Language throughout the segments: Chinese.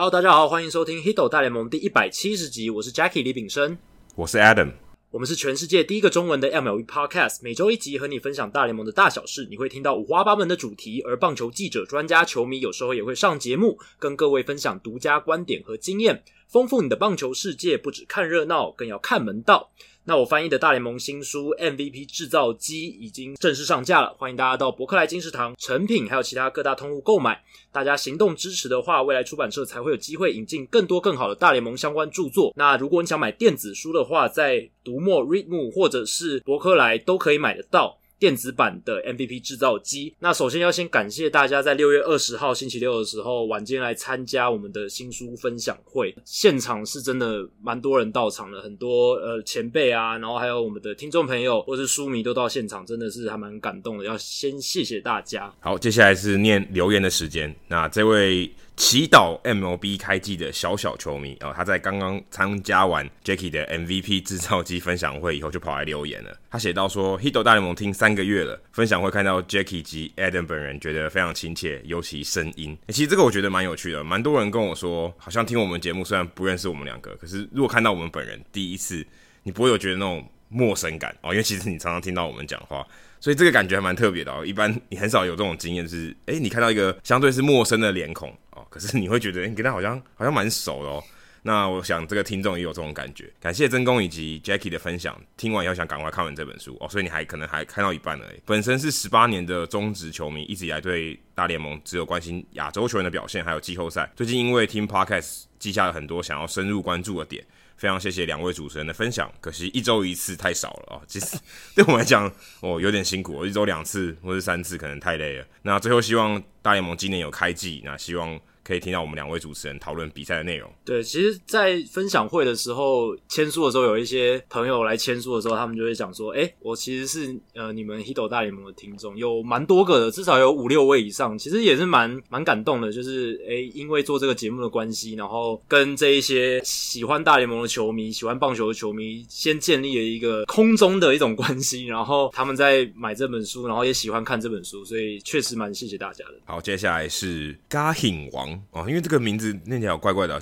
Hello， 大家好，欢迎收听《Hito 大联盟》第170集，我是 Jackie 李炳生， 我是 Adam， 我们是全世界第一个中文的 MLB Podcast， 每周一集和你分享大联盟的大小事，你会听到五花八门的主题，而棒球记者、专家、球迷有时候也会上节目，跟各位分享独家观点和经验，丰富你的棒球世界，不只看热闹，更要看门道。那我翻译的大联盟新书 MVP 制造机已经正式上架了，欢迎大家到博客来、金石堂、诚品还有其他各大通路购买。大家行动支持的话，未来出版社才会有机会引进更多更好的大联盟相关著作。那如果你想买电子书的话，在读墨、Readmoo 或者是博客来都可以买得到电子版的 MVP 制造机。那首先要先感谢大家在6月20号星期六的时候晚间来参加我们的新书分享会，现场是真的蛮多人到场的，很多前辈啊，然后还有我们的听众朋友或是书迷都到现场，真的是还蛮感动的，要先谢谢大家。 好，接下来是念留言的时间。那这位祈祷 MLB 开季的小小球迷他在刚刚参加完 Jackie 的 MVP 制造机分享会以后就跑来留言了。他写到说 Hito 大联盟听3个月了，分享会看到 Jackie 及 Adam 本人觉得非常亲切，尤其声音其实这个我觉得蛮有趣的，蛮多人跟我说好像听我们节目虽然不认识我们两个，可是如果看到我们本人第一次，你不会有觉得那种陌生感因为其实你常常听到我们讲话，所以这个感觉还蛮特别的一般你很少有这种经验，就是你看到一个相对是陌生的脸孔可是你会觉得你跟他好像蛮熟的那我想这个听众也有这种感觉。感谢真公以及 Jackie 的分享，听完以后想赶快看完这本书所以你可能还看到一半而已。本身是18年的中职球迷，一直以来对大联盟只有关心亚洲球员的表现还有季后赛，最近因为听 Podcast 记下了很多想要深入关注的点，非常谢谢两位主持人的分享，可惜1周1次太少了其实对我来讲有点辛苦1周2次或是3次可能太累了。那最后希望大联盟今年有开季，那希望可以听到我们两位主持人讨论比赛的内容。 对，其实在分享会的时候签书的时候，有一些朋友来签书的时候，他们就会讲说我其实是你们 Hito 大联盟的听众，有蛮多个的，至少有5-6位以上，其实也是蛮感动的，就是因为做这个节目的关系，然后跟这一些喜欢大联盟的球迷、喜欢棒球的球迷先建立了一个空中的一种关系，然后他们在买这本书，然后也喜欢看这本书，所以确实蛮谢谢大家的。 好，接下来是Gahin王因为这个名字念起来有怪怪的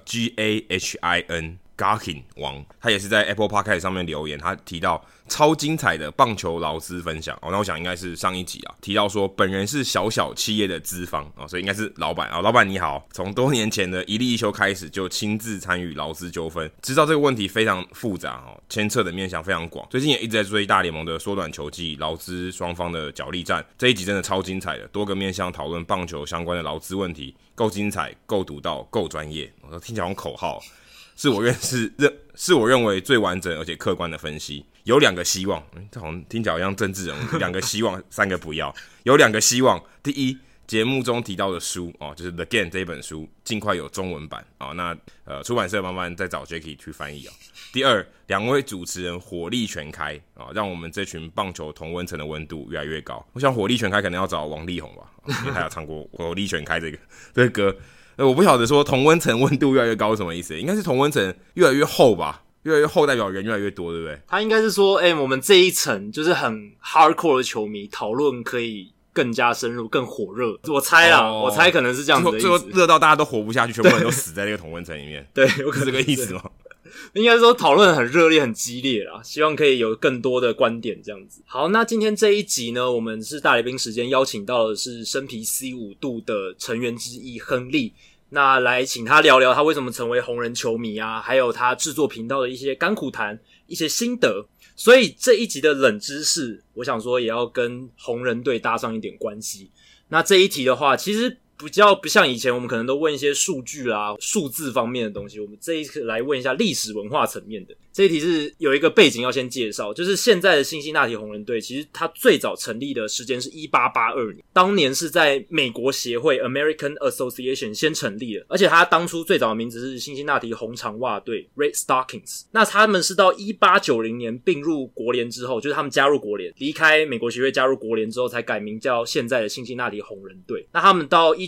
Gahin Gahin 王，他也是在 Apple Podcast 上面留言，他提到超精彩的棒球劳资分享那我想应该是上一集提到说本人是小小企业的资方所以应该是老板老板你好，从多年前的一例一休开始就亲自参与劳资纠纷，知道这个问题非常复杂牵扯的面向非常广，最近也一直在追大联盟的缩短球季、劳资双方的角力战，这一集真的超精彩的，多个面向讨论棒球相关的劳资问题，够精彩，够独到，够专业，听起来像口号，是我认为最完整而且客观的分析。有2个希望这好像听起来好像政治人物2个希望3个不要。有2个希望，第一，节目中提到的书就是 The Game 这本书尽快有中文版那出版社慢慢再找 Jackie 去翻译第二，2位主持人火力全开让我们这群棒球同温层的温度越来越高。我想火力全开可能要找王力宏吧因为他有唱过火力全开这个歌我不晓得说同温层温度越来越高是什么意思，应该是同温层越来越厚吧，越来越厚代表人越来越多，对不对？ 他应该是说我们这一层就是很 hardcore 的球迷讨论可以更加深入更火热，我猜啦我猜可能是这样子的意思， 最后热到大家都活不下去，全部人都死在这个同温层里面对，有可能是这个意思吗？ 应该说讨论很热烈很激烈啦，希望可以有更多的观点这样子。好，那今天这一集呢，我们是大来宾时间邀请到的是生皮 C5 度的成员之一亨利，那来请他聊聊他为什么成为红人球迷还有他制作频道的一些甘苦谈、一些心得。所以这一集的冷知识，我想说也要跟红人队搭上一点关系。那这一题的话，其实比较不像以前我们可能都问一些数据啦、数字方面的东西，我们这一次来问一下历史文化层面的。这一题是有一个背景要先介绍，就是现在的辛辛那提红人队其实它最早成立的时间是1882年，当年是在美国协会 American Association 先成立的，而且它当初最早的名字是辛辛那提红长袜队 Red Stockings。 那他们是到1890年并入国联之后，就是他们加入国联，离开美国协会加入国联之后才改名叫现在的辛辛那提红人队。那他们到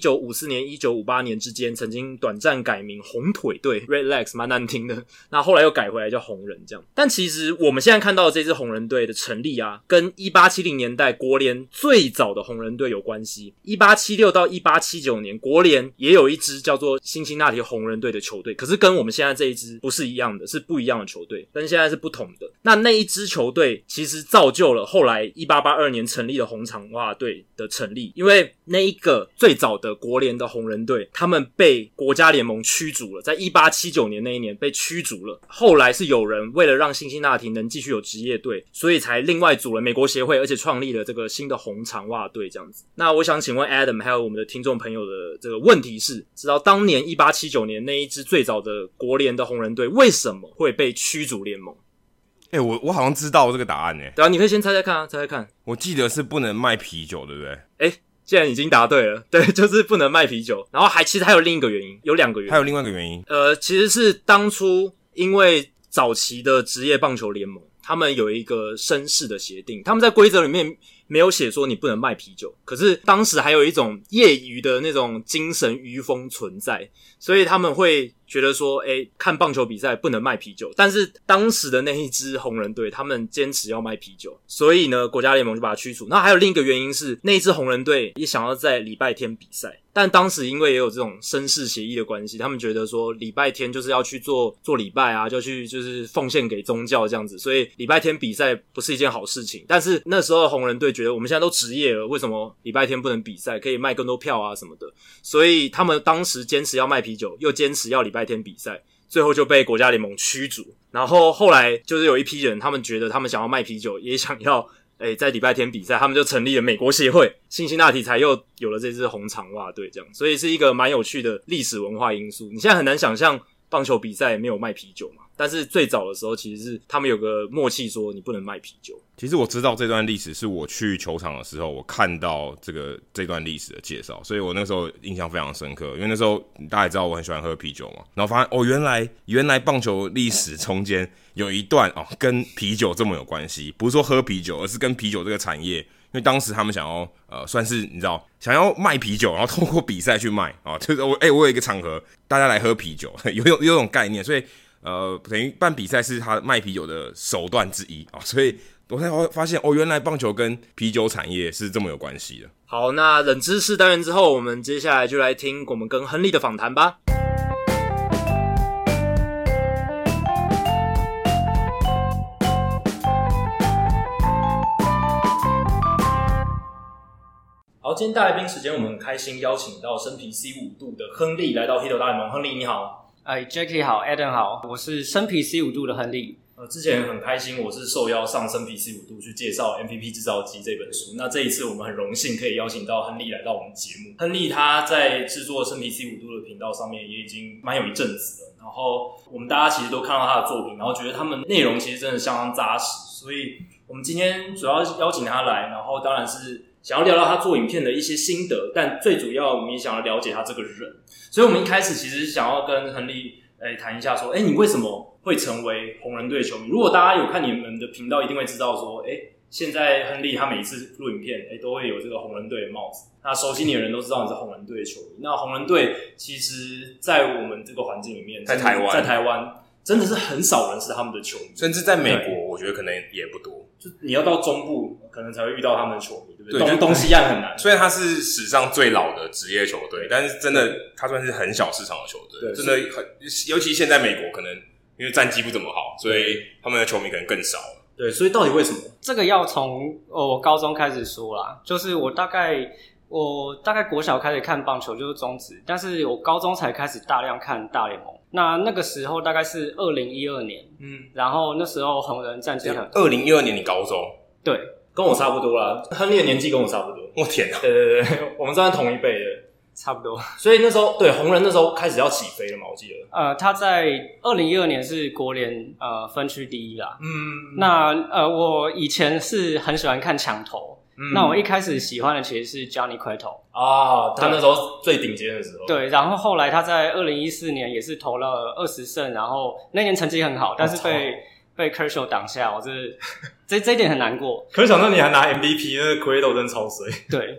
1954年、1958年之间曾经短暂改名红腿队 Red Legs， 蛮难听的。那后来又改回来叫红人这样。但其实我们现在看到的这支红人队的成立啊，跟1870年代国联最早的红人队有关系。1876到1879年，国联也有一支叫做辛辛那提红人队的球队，可是跟我们现在这一支不是一样的，是不一样的球队，但现在是不同的。那一支球队其实造就了后来1882年成立的红长袜队的成立，因为那一个最早的国联的红人队，他们被国家联盟驱逐了，在1879年那一年被驱逐了。后来是有人为了让辛辛那提能继续有职业队，所以才另外组了美国协会，而且创立了这个新的红长袜队这样子。那我想请问 Adam 还有我们的听众朋友的这个问题是，知道当年1879年那一支最早的国联的红人队为什么会被驱逐联盟？ 我好像知道这个答案对啊，你可以先猜猜看啊，猜猜看。 我记得是不能卖啤酒，对不对？ 既然已经答对了，对，就是不能卖啤酒。然后其实还有另一个原因，有2个原因。 还有另外一个原因， 其实是当初因为早期的职业棒球联盟，他们有一个绅士的协定，他们在规则里面没有写说你不能卖啤酒，可是当时还有一种业余的那种精神余风存在，所以他们会觉得说看棒球比赛不能卖啤酒，但是当时的那一支红人队他们坚持要卖啤酒，所以呢国家联盟就把它驱除。那还有另一个原因是那一支红人队也想要在礼拜天比赛，但当时因为也有这种绅士协议的关系，他们觉得说礼拜天就是要去做礼拜啊，就去就是奉献给宗教这样子，所以礼拜天比赛不是一件好事情。但是那时候的红人队觉得我们现在都职业了，为什么礼拜天不能比赛，可以卖更多票啊什么的，所以他们当时坚持要卖啤酒，又坚持要礼拜天比赛，最后就被国家联盟驱逐。然后后来就是有一批人，他们觉得他们想要卖啤酒，也想要在礼拜天比赛，他们就成立了美国协会，辛辛那提才又有了这支红长袜队这样，所以是一个蛮有趣的历史文化因素。你现在很难想象棒球比赛没有卖啤酒嘛，但是最早的时候其实是他们有个默契说你不能卖啤酒。 其实我知道这段历史是我去球场的时候我看到这段历史的介绍，所以我那时候印象非常深刻，因为那时候大家也知道我很喜欢喝啤酒嘛，然后发现原来棒球历史中间有一段跟啤酒这么有关系，不是说喝啤酒，而是跟啤酒这个产业，因为当时他们想要算是你知道想要卖啤酒，然后透过比赛去卖就是我有一个场合大家来喝啤酒，有种概念，所以等于办比赛是他卖啤酒的手段之一所以我才发现原来棒球跟啤酒产业是这么有关系的。 好，那冷知识单元之后，我们接下来就来听我们跟亨利的访谈吧。好，今天大来宾时间，我们很开心邀请到生啤 C5 度的亨利来到 Hito 大联盟。亨利你好。 Jackie 好 ，Adam 好，我是生啤 C5 度的亨利。 之前很开心，我是受邀上生啤 C5 度去介绍 MVP 制造机这本书。那这一次我们很荣幸可以邀请到亨利来到我们节目。亨利他在制作生啤 C5 度的频道上面也已经蛮有一阵子了，然后我们大家其实都看到他的作品，然后觉得他们内容其实真的相当扎实，所以我们今天主要邀请他来，然后当然是想要聊聊他做影片的一些心得，但最主要我们也想要了解他这个人。所以我们一开始其实想要跟亨利谈一下说你为什么会成为红人队球迷。如果大家有看你们的频道一定会知道说现在亨利他每一次录影片都会有这个红人队的帽子，那熟悉你的人都知道你是红人队的球迷。那红人队其实在我们这个环境里面，在台湾真的是很少人是他们的球迷， 甚至在美国我觉得可能也不多， 就你要到中部可能才会遇到他们的球迷，对不对？东西岸很难。 虽然他是史上最老的职业球队，但是真的他算是很小市场的球队，真的很，尤其现在美国可能因为战绩不怎么好，所以他们的球迷可能更少了。 对，所以到底为什么？ 这个要从我高中开始说啦，就是我大概国小开始看棒球就是中职，但是我高中才开始大量看大联盟。那个时候大概是2012年，然后那时候红人战绩很 2012年你高中？ 对， 跟我差不多啦，亨利的年纪跟我差不多。 我天啊！ 对，我们算同一辈的， 差不多。 所以那时候对红人那时候开始要起飞了嘛，我记得。 他在2012年是国联分区第一啦。那我以前是很喜欢看强投。那我一开始喜欢的其实是 Johnny Cueto 他那时候最顶尖的时候。 对，然后后来他在2014年也是投了20胜，然后那年成绩很好，但是被 Kershaw 挡下，我这一点很难过。 可是想到你还拿 MVP， 那个 Cueto 真超衰。 对，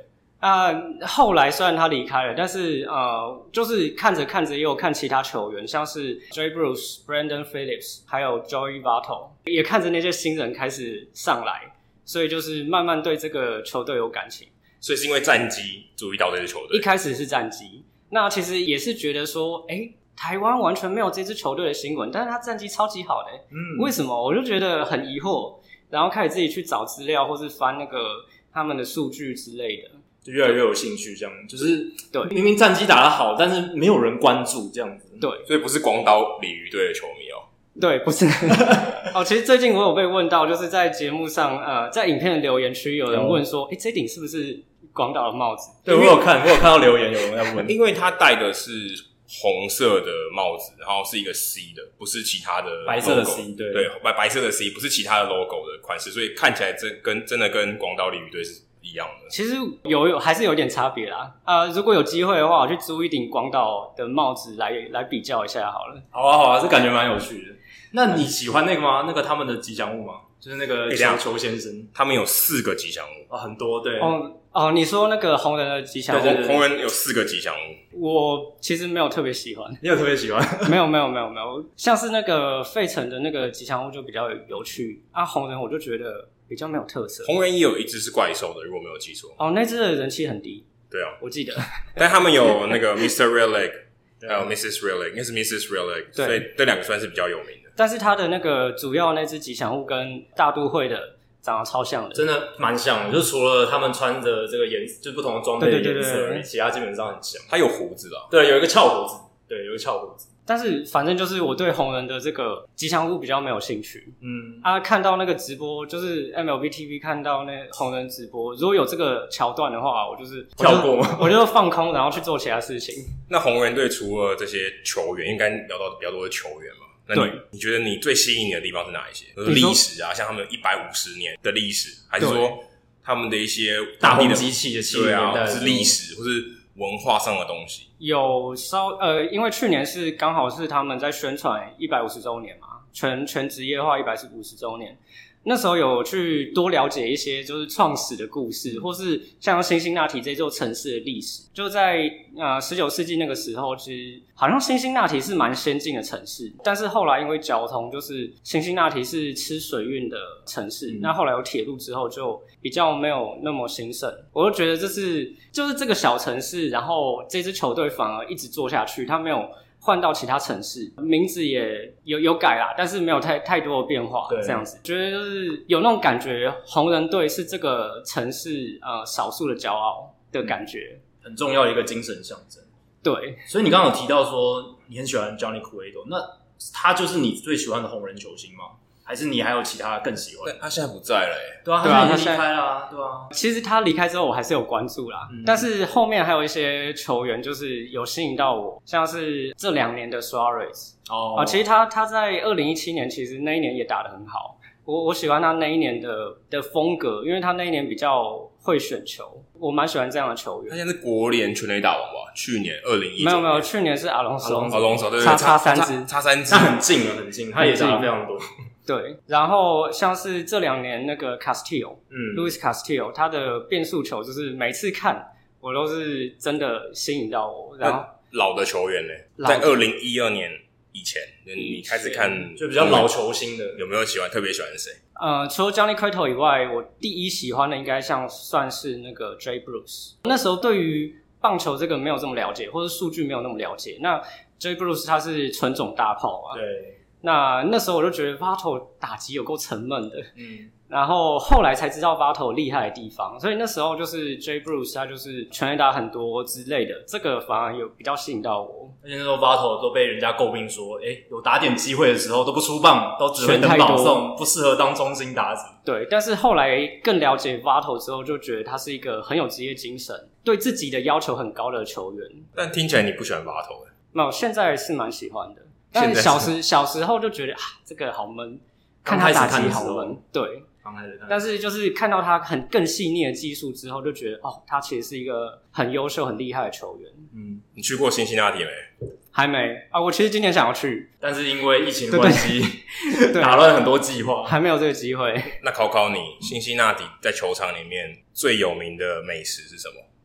后来虽然他离开了，但是就是看着看着也有看其他球员，像是 Jay Bruce、Brandon Phillips 还有 Joey Votto， 也看着那些新人开始上来，所以就是慢慢对这个球队有感情。 所以是因为战绩注意到这支球队？ 一开始是战绩，那其实也是觉得说台湾完全没有这支球队的新闻，但是他战绩超级好的为什么？我就觉得很疑惑，然后开始自己去找资料或是翻那个他们的数据之类的， 就越来越有兴趣，这样就是对， 明明战绩打得好，但是没有人关注这样子。 对， 所以不是广岛鲤鱼队的球迷哦。 对，不是。其实最近我有被问到，就是在节目上，在影片的留言区有人问说，这顶是不是广岛的帽子？ 对，我有看到留言有人在问， 因为他戴的是红色的帽子，然后是一个 C 的，不是其他的 logo, 白色的 C， 对， 白色的 C 不是其他的 logo 的款式，所以看起来真的跟广岛鲤鱼队是一样的。 其实还是有点差别啦。如果有机会的话，我去租一顶广岛的帽子来比较一下好了。 好啊，这感觉蛮有趣的。那你喜欢那个吗？那个他们的吉祥物吗？就是那个球先生， 他们有4个吉祥物很多，对。 你说那个红人的吉祥物， 对，红人有4个吉祥物。 我其实没有特别喜欢。 你有特别喜欢？ 没有，像是那个费城的那个吉祥物就比较有趣红人我就觉得比较没有特色。 红人也有一只是怪兽的，如果没有记错。 那只的人气很低。 对啊， 我记得。 但他们有那个 Mr. Real Leg 还有 Mrs. Real Leg， 应该是 Mrs. Real Leg， 所以这2个算是比较有名的。 但是他的那个主要那只吉祥物跟大都会的长得超像的， 真的蛮像的。就是除了他们穿着这个就是不同的装备的颜色而已，其他基本上很像。 他有胡子啦， 对，有一个翘胡子，对，有一个翘胡子。 但是反正就是我对红人的这个吉祥物比较没有兴趣。看到那个直播，就是 MLB TV 看到那红人直播，如果有这个桥段的话，我就是跳过， 我就放空，然后去做其他事情。 那红人队除了这些球员，应该聊到比较多的球员嘛？那你觉得你最吸引你的地方是哪一些？就是历史啊，像他们150年的历史，还是说他们的一些大红机器的70年代， 是历史或是文化上的东西？ 有因为去年是刚好是他们在宣传150周年嘛，全职业化150周年。那时候有去多了解一些就是创始的故事，或是像辛辛那提这座城市的历史。就在19世纪那个时候，其实好像辛辛那提是蛮先进的城市，但是后来因为交通，就是辛辛那提是吃水运的城市，那后来有铁路之后就比较没有那么兴盛。我就觉得就是这个小城市，然后这支球队反而一直做下去，他没有换到其他城市，名字也有改啦，但是没有太多的变化，这样子觉得就是有那种感觉，红人队是这个城市少数的骄傲的感觉， 很重要的一个精神象征。 对， 所以你刚刚有提到说你很喜欢 Johnny Cueto， 那他就是你最喜欢的红人球星吗？还是你还有其他更喜欢？ 他现在不在了对啊，他现在离开了对啊。 其实他离开之后，我还是有关注啦，但是后面还有一些球员就是有吸引到我，像是这2年的 Suarez 其实他在2017年其实那一年也打得很好。我喜欢他那一年的风格，因为他那一年比较会选球，我蛮喜欢这样的球员。 他现在是国联全垒打王吧？去年2019年没有，去年是阿隆索， 对， 差3支， 差3支， 他很近，他也打得非常多。 对，然后像是这2年那个 Castillo，Luis Castillo， 他的变速球就是每次看我都是真的吸引到我。然后老的球员呢，在2012年以前，你开始看就比较老球星的， 有没有特别喜欢谁？ 除了 Johnny Cueto 以外，我第一喜欢的应该算是那个 Jay Bruce。那时候对于棒球这个没有这么了解，或者数据没有那么了解。那 Jay Bruce 他是纯种大炮嘛， 对。 那时候我就觉得 Votto 打击有够沉闷的，然后后来才知道 Votto 厉害的地方，所以那时候就是 Jay Bruce 他就是全垒打很多之类的，这个反而有比较吸引到我。 而且那时候 Votto 都被人家诟病说，有打点机会的时候都不出棒，都只会等保送，不适合当中心打者。 对，但是后来更了解 Votto 之后，就觉得他是一个很有职业精神，对自己的要求很高的球员。 但听起来你不喜欢 Votto？ 没有，现在是蛮喜欢的。但小时候就觉得这个好闷，看他打击好闷，对。但是就是看到他更细腻的技术之后，就觉得他其实是一个很优秀、很厉害的球员。 你去过辛辛那提没？ 还没我其实今年想要去， 但是因为疫情的关系，打乱很多计划， 还没有这个机会。 那考考你，辛辛那提在球场里面最有名的美食是什么？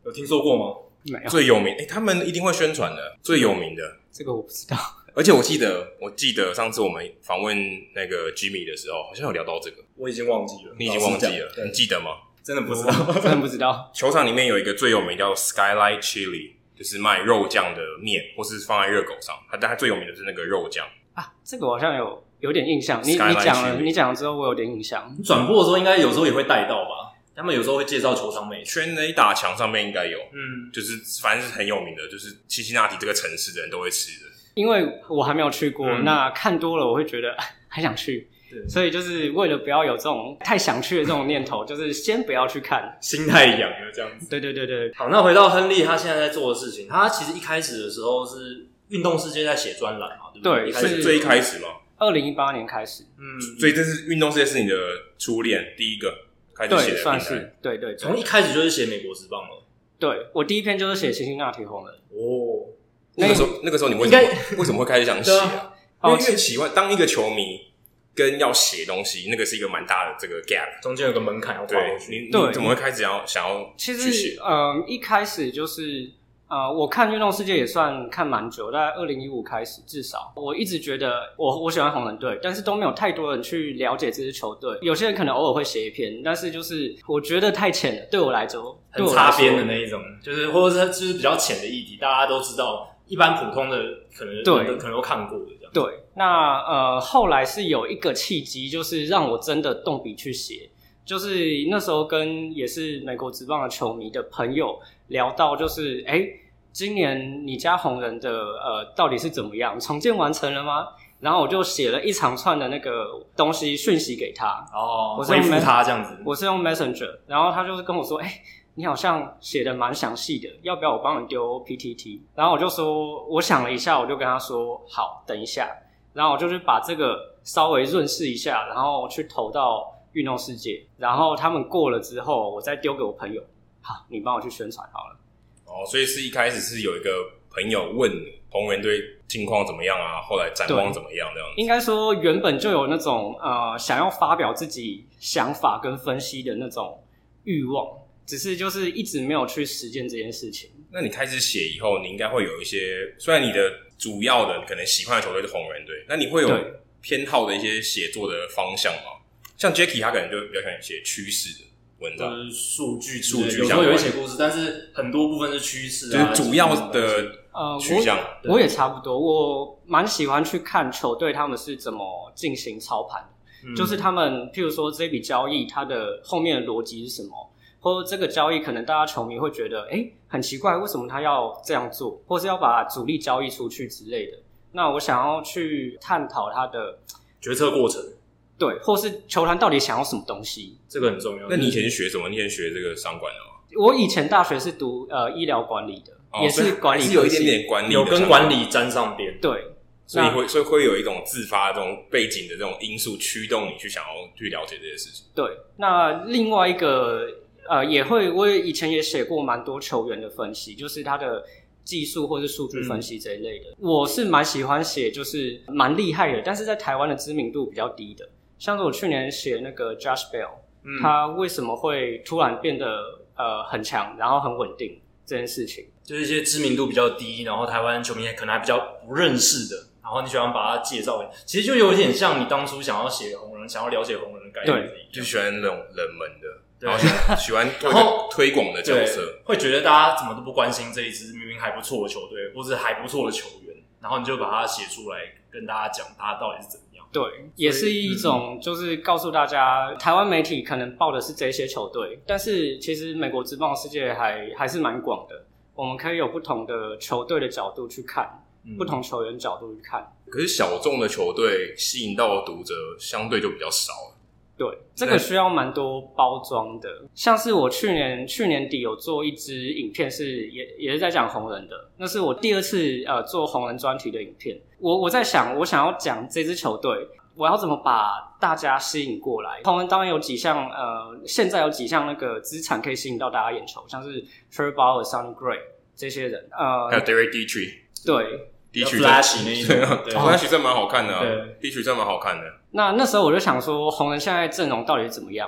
有听说过吗？ 没有， 最有名，他们一定会宣传的，最有名的。 这个我不知道。 而且我记得上次我们访问那个 Jimmy 的时候，好像有聊到这个。 我已经忘记了， 你已经忘记了？你记得吗？ 真的不知道， 真的不知道。 球场里面有一个最有名叫 Skylight Chili， 就是卖肉酱的面，或是放在热狗上。它最有名的是那个肉酱啊，这个我好像有点印象。你讲了之后，我有点印象。 你转播的时候应该有时候也会带到吧？他们有时候会介绍球场美食， 全垒打墙上面应该有，就是反正是很有名的，就是西西那提这个城市的人都会吃的。 因为我还没有去过，那看多了我会觉得还想去，所以就是为了不要有这种太想去的这种念头，就是先不要去看， 心态养了这样子。 对。 好，那回到亨利他现在在做的事情，他其实一开始的时候是运动世界在写专栏嘛，对不对？ 对， 是最一开始嘛 ，2018年开始， 所以这是运动世界是你的初恋，第一个开始写的， 对，算是对， 从一开始就是写美国职棒了。 对，我第一篇就是写辛辛那提红人。 哦，那个时候你为什么会开始想寫啊？因为喜欢当一个球迷跟要写东西，那个是一个蛮大的这个 gap， 中间有个门槛要跨过去。 你怎么会开始想要去写？ 其实一开始就是我看运动世界也算看蛮久，大概2015开始，至少我一直觉得我喜欢红人队，但是都没有太多人去了解这支球队。有些人可能偶尔会写一篇，但是就是我觉得太浅了，对我来说很擦边的那一种，就是或者是就是比较浅的议题，大家都知道。一般普通的可能都看过的这样。 对，那后来是有一个契机，就是让我真的动笔去写。就是那时候跟也是美国职棒的球迷的朋友聊到，就是今年你家红人的到底是怎么样？重建完成了吗？然后我就写了一长串的那个东西讯息给他。 我是回复他这样子。 我是用 Messenger， 然后他就是跟我说，你好像写的蛮详细的，要不要我帮你丢 PTT？ 然后我就说，我想了一下，我就跟他说，好，等一下。然后我就去把这个稍微润饰一下，然后去投到运动世界。然后他们过了之后，我再丢给我朋友，好，你帮我去宣传好了。 所以是一开始是有一个朋友问你红人队近况怎么样啊，后来展望怎么样这样子。 应该说原本就有那种想要发表自己想法跟分析的那种欲望。只是就是一直没有去实践这件事情。 那你开始写以后，你应该会有一些，虽然你的主要的可能喜欢的球队是红人队，那你会有偏好的一些写作的方向吗？像 Jacky 他可能就比较喜欢写趋势的文章， 数据有时候有一些故事，但是很多部分是趋势啊， 就是主要的取向。 我也差不多，我蛮喜欢去看球队他们是怎么进行操盘的，就是他们譬如说这笔交易它的后面的逻辑是什么。或者这个交易可能大家球迷会觉得很奇怪，为什么他要这样做，或是要把主力交易出去之类的。那我想要去探讨他的决策过程， 对，或是球团到底想要什么东西， 这个很重要。 那你以前是学什么？你以前学这个商管的吗？ 我以前大学是读医疗管理的，也是管理， 是有一点点管理的， 有跟管理沾上边。 对， 所以会有一种自发这种背景的这种因素驱动你去想要去了解这些事情。 对，那另外一个也会，我以前也写过蛮多球员的分析，就是他的技术或是数据分析这一类的。我是蛮喜欢写，就是蛮厉害的，但是在台湾的知名度比较低的。像是我去年写那个 Josh Bell，他为什么会突然变得很强，然后很稳定这件事情， 就是一些知名度比较低，然后台湾球迷可能还比较不认识的，然后你喜欢把它介绍给，其实就有点像你当初想要写红人，想要了解红人的概念， 对， 就喜欢那种冷门的。然后喜欢推广的角色， 会觉得大家怎么都不关心这一支明明还不错的球队，或是还不错的球员，然后你就把它写出来跟大家讲他到底是怎么样。 对，也是一种就是告诉大家，台湾媒体可能报的是这些球队，但是其实美国职棒世界还是蛮广的，我们可以有不同的球队的角度去看，不同球员角度去看。 可是小众的球队吸引到的读者相对就比较少了。 对，这个需要蛮多包装的。像是我去年底有做一支影片也是在讲红人的，那是我第二次做红人专题的影片。我在想，我想要讲这支球队，我要怎么把大家吸引过来。红人当然有几项现在有几项那个资产可以吸引到大家眼球，像是 Trevor Bauer、Sonny Gray 这些人， 还有 Derek Dietrich， 对。 Flash 那一种 ，Flash 真蛮好看的啊，Dietrich真蛮好看的。 那时候我就想说，红人现在阵容到底是怎么样？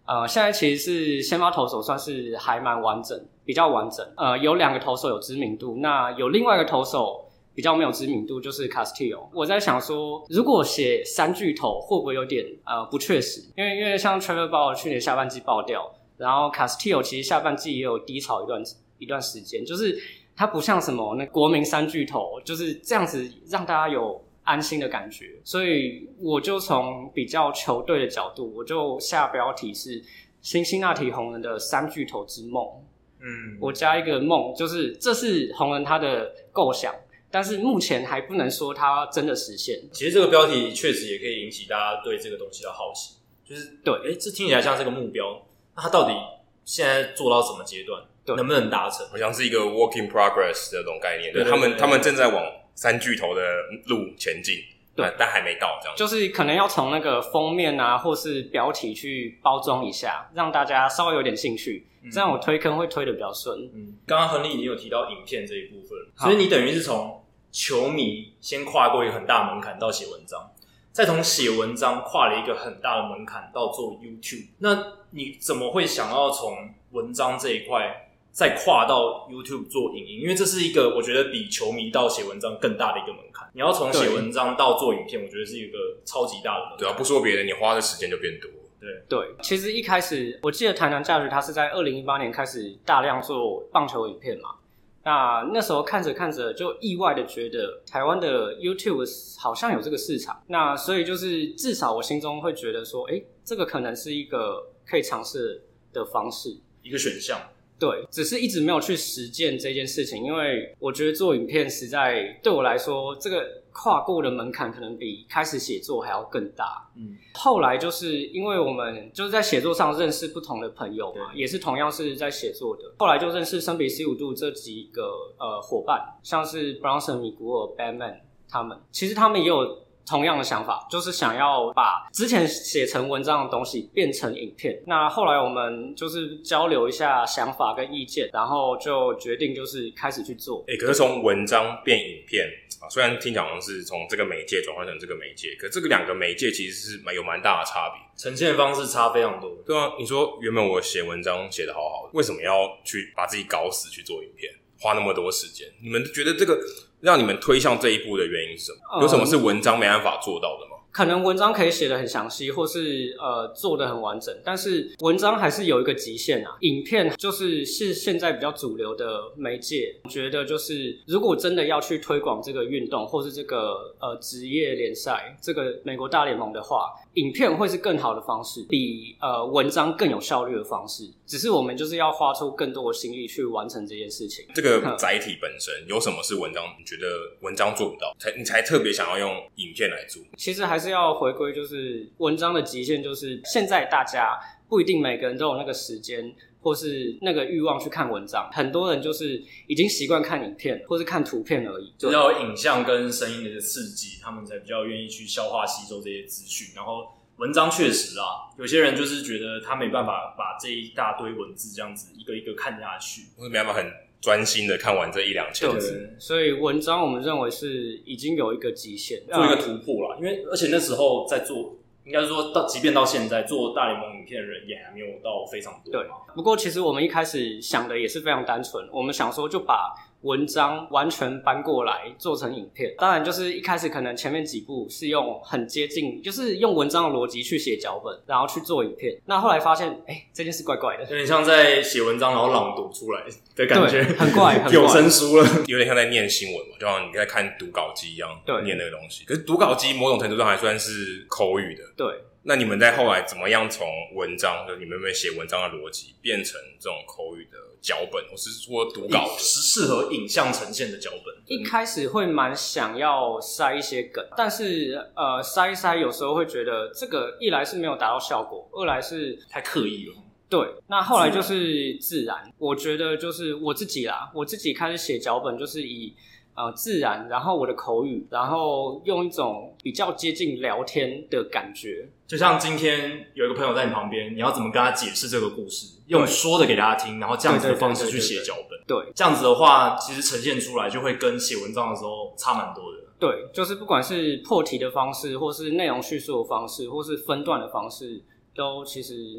现在其实是先发投手算是还蛮完整，比较完整。有2个投手有知名度，那有另外一个投手比较没有知名度，就是 Castillo。我在想说，如果写3巨头会不会有点不确实？因为像 Trevor Bauer 去年下半季爆掉，然后 Castillo 其实下半季也有低潮一段时间，就是他不像什么那国民3巨头，就是这样子让大家有安心的感觉，所以我就从比较球队的角度，我就下标题是辛辛那提红人的3巨头之梦。我加一个梦，就是这是红人他的构想，但是目前还不能说他真的实现。 其实这个标题确实也可以引起大家对这个东西的好奇，就是对， 这听起来像是个目标，那他到底现在做到什么阶段，能不能达成？ 好像是一个 work in progress 的这种概念， 对， 他们正在往3巨头的路前进，对，但还没到这样。 就是可能要从那个封面啊，或是标题去包装一下，让大家稍微有点兴趣，这样我推坑会推得比较顺。 刚刚亨利已经有提到影片这一部分，所以你等于是从球迷先跨过一个很大的门槛到写文章，再从写文章跨了一个很大的门槛到做 YouTube。那你怎么会想要从文章这一块再跨到 YouTube 做影音？因为这是一个我觉得比球迷到写文章更大的一个门槛。你要从写文章到做影片，我觉得是一个超级大的门槛。 对啊，不说别的，你花的时间就变多。 对，其实一开始我记得台南价值它是在2018年开始大量做棒球影片嘛。那时候看着看着就意外的觉得台湾的 YouTube 好像有这个市场，那所以就是至少我心中会觉得说，这个可能是一个可以尝试的方式， 一个选项。 对，只是一直没有去实践这件事情，因为我觉得做影片实在对我来说，这个跨过的门槛可能比开始写作还要更大。后来就是因为我们就是在写作上认识不同的朋友嘛，也是同样是在写作的，后来就认识生比 C5 度这几个伙伴，像是 Bronson、米古尔、Batman 他们，其实他们也有同样的想法，就是想要把之前写成文章的东西变成影片。那后来我们就是交流一下想法跟意见，然后就决定就是开始去做。 可是从文章变影片虽然听起来好像是从这个媒介转换成这个媒介，可这个2个媒介其实是有蛮大的差别， 呈现的方式差非常多。 对啊，你说原本我写文章写得好好的，为什么要去把自己搞死去做影片，花那么多时间？你们觉得这个让你们推向这一步的原因是什么？有什么是文章没办法做到的吗？ 可能文章可以写得很详细，或是做得很完整，但是文章还是有一个极限啊。影片就是现在比较主流的媒介，我觉得就是如果真的要去推广这个运动，或是这个职业联赛，这个美国大联盟的话，影片会是更好的方式，比文章更有效率的方式。只是我们就是要花出更多的心力去完成这件事情。 这个载体本身有什么是文章你觉得文章做不到，你才特别想要用影片来做？ 其实还是要回归，就是文章的极限，就是现在大家不一定每个人都有那个时间或是那个欲望去看文章，很多人就是已经习惯看影片或是看图片而已， 就要有影像跟声音的刺激，他们才比较愿意去消化吸收这些资讯。然后文章确实有些人就是觉得他没办法把这一大堆文字这样子一个一个看下去， 或是没办法很专心的看完这1-2千字。 所以文章我们认为是已经有一个极限， 做一个突破啦。因为而且那时候在做，应该是说即便到现在做大联盟影片的人也还没有到非常多。 对，不过其实我们一开始想的也是非常单纯，我们想说就把文章完全搬过来做成影片。当然就是一开始可能前面几步是用很接近，就是用文章的逻辑去写脚本，然后去做影片。那后来发现这件事怪怪的，有点像在写文章然后朗读出来的感觉， 很怪有声书了， 有点像在念新闻嘛，就像你在看读稿机一样念那个东西。可是读稿机某种程度上还算是口语的。 对， 那你们在后来怎么样从文章，就是你们有没有写文章的逻辑，变成这种口语的脚本，或是说读稿的适合影像呈现的脚本？ 一开始会蛮想要塞一些梗，但是塞一塞有时候会觉得这个一来是没有达到效果，二来是太刻意了。 对，那后来就是自然。我觉得就是我自己开始写脚本就是以自然，然后我的口语，然后用一种比较接近聊天的感觉。 就像今天有一个朋友在你旁边，你要怎么跟他解释这个故事？用说的给大家听，然后这样子的方式去写脚本。 对， 这样子的话，其实呈现出来就会跟写文章的时候差蛮多的。 对，就是不管是破题的方式，或是内容叙述的方式，或是分段的方式，都其实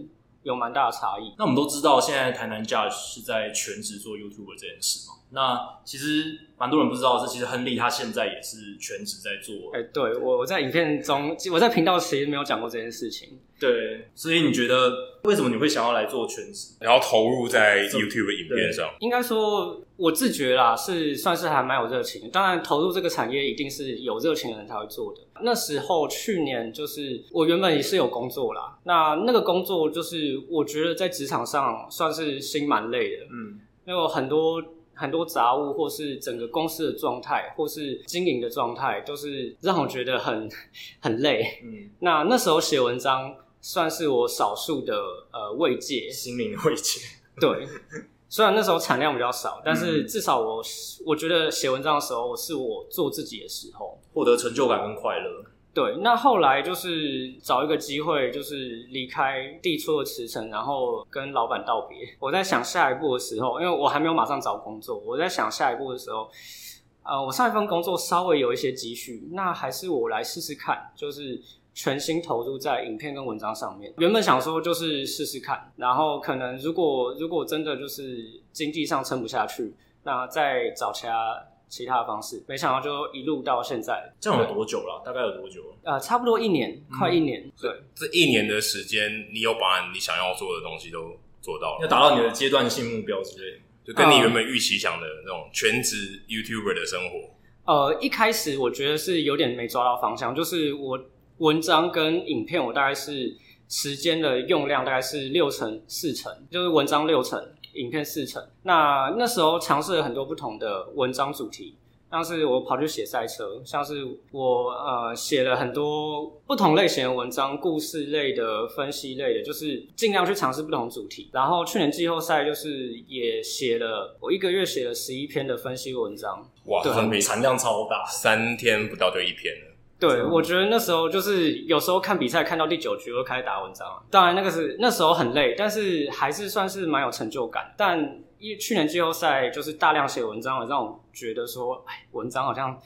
有蛮大的差异。 那我们都知道，现在台南 Judge 是在全职做 YouTuber 这件事嘛？那其实蛮多人不知道的是，其实亨利他现在也是全职在做。 对，我在影片中，我在频道其实没有讲过这件事情。 对，所以你觉得为什么你会想要来做全职， 然后投入在 YouTube 影片上？ 应该说，我自觉啦，算是还蛮有热情的。当然，投入这个产业一定是有热情的人才会做的。那时候去年就是我原本也是有工作啦，那个工作就是我觉得在职场上算是心蛮累的，因为有很多杂物，或是整个公司的状态，或是经营的状态，都是让我觉得很累。那时候写文章算是我少数的慰藉， 心灵的慰藉。 对，虽然那时候产量比较少，但是至少我觉得写文章的时候是我做自己的时候， 获得成就感跟快乐。 对，那后来就是找一个机会，就是离开递出的辞呈，然后跟老板道别。我在想下一步的时候，因为我还没有马上找工作，我在想下一步的时候，我上一份工作稍微有一些积蓄，那还是我来试试看，就是全心投入在影片跟文章上面。原本想说就是试试看，然后可能如果真的就是经济上撑不下去，那再找其他的方式，没想到就一路到现在。 这样有多久了？大概有多久了？ 差不多1年，快1年。对， 这1年的时间，你有把你想要做的东西都做到了， 要达到你的阶段性目标之类的， 就跟你原本预期想的那种全职 YouTuber 的生活。 一开始我觉得是有点没抓到方向，就是我文章跟影片，我大概是时间的用量大概是6成4成，就是文章6成。影片4成。那时候尝试了很多不同的文章主题，像是我跑去写赛车，像是我写了很多不同类型的文章，故事类的、分析类的，就是尽量去尝试不同主题。然后去年季后赛就是也我1个月写了11篇的分析文章， 哇， 产量超大 ，3天不到就1篇了。 对，我觉得那时候就是有时候看比赛看到第9局我就开始打文章了，当然那时候很累，但是还是算是蛮有成就感。但去年季后赛就是大量写文章了，让我觉得说，文章好像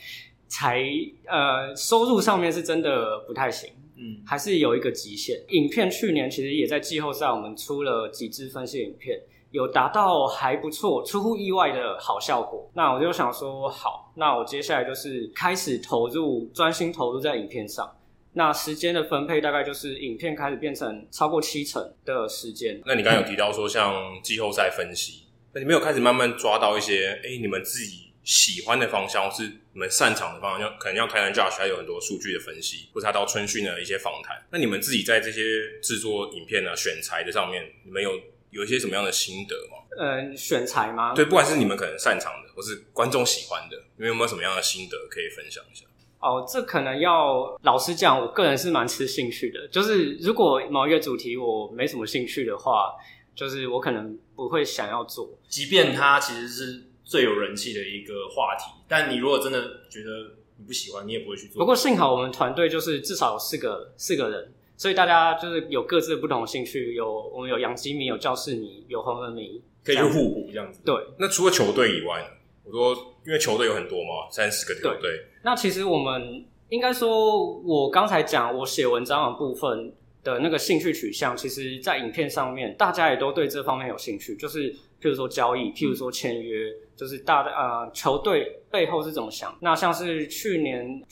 收入上面是真的不太行，还是有一个极限。影片去年其实也在季后赛我们出了几支分析影片，有达到还不错、出乎意外的好效果。那我就想说，好，那我接下来就是开始专心投入在影片上。那时间的分配大概就是影片开始变成超过7成的时间。 那你刚刚有提到说像季后赛分析，那你没有开始慢慢抓到一些你们自己喜欢的方向，或是你们擅长的方向，可能像台南 Judge 还有很多数据的分析，或是他到春训的一些访谈。那你们自己在这些制作影片选材的上面，你们有一些什么样的心得吗？ 选材吗？ 对，不管是你们可能擅长的，或是观众喜欢的，你们有没有什么样的心得可以分享一下？ 这可能要老实讲，我个人是蛮吃兴趣的。就是如果某一个主题我没什么兴趣的话，就是我可能不会想要做。 即便它其实是最有人气的一个话题，但你如果真的觉得你不喜欢，你也不会去做。 不过幸好我们团队就是至少有4个人。所以大家就是有各自的不同的兴趣，我们有洋基迷，有教室迷，有红人迷， 可以去互补这样子。 对。 那除了球队以外呢？我说，因为球队有很多嘛，30个球队。 那其实我们应该说，我刚才讲我写文章的部分的那个兴趣取向，其实在影片上面，大家也都对这方面有兴趣，就是譬如说交易，譬如说签约，就是球队背后是怎么想。那像是去年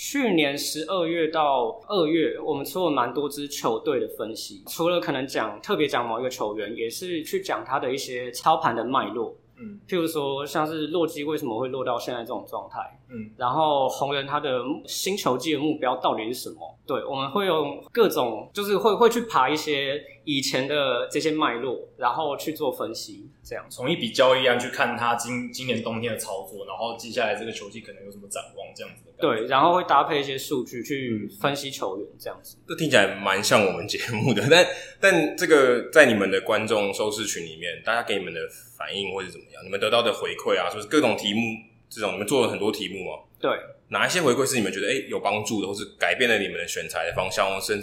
12月到2月，我们出了蛮多支球队的分析，除了可能特别讲某一个球员，也是去讲他的一些操盘的脉络。譬如说像是洛基为什么会落到现在这种状态，然后红人他的新球季的目标到底是什么？对，我们会用各种就是会去爬一些以前的这些脉络，然后去做分析，这样从一笔交易案去看他今年冬天的操作，然后接下来这个球季可能有什么展望这样子的。 对，然后会搭配一些数据去分析球员这样子。 这听起来蛮像我们节目的，但这个在你们的观众收视群里面，大家给你们的反应会是怎么样？你们得到的回馈啊，就是各种题目这种，你们做了很多题目吗？ 对， 哪一些回馈是你们觉得有帮助的，或是改变了你们的选材的方向，甚至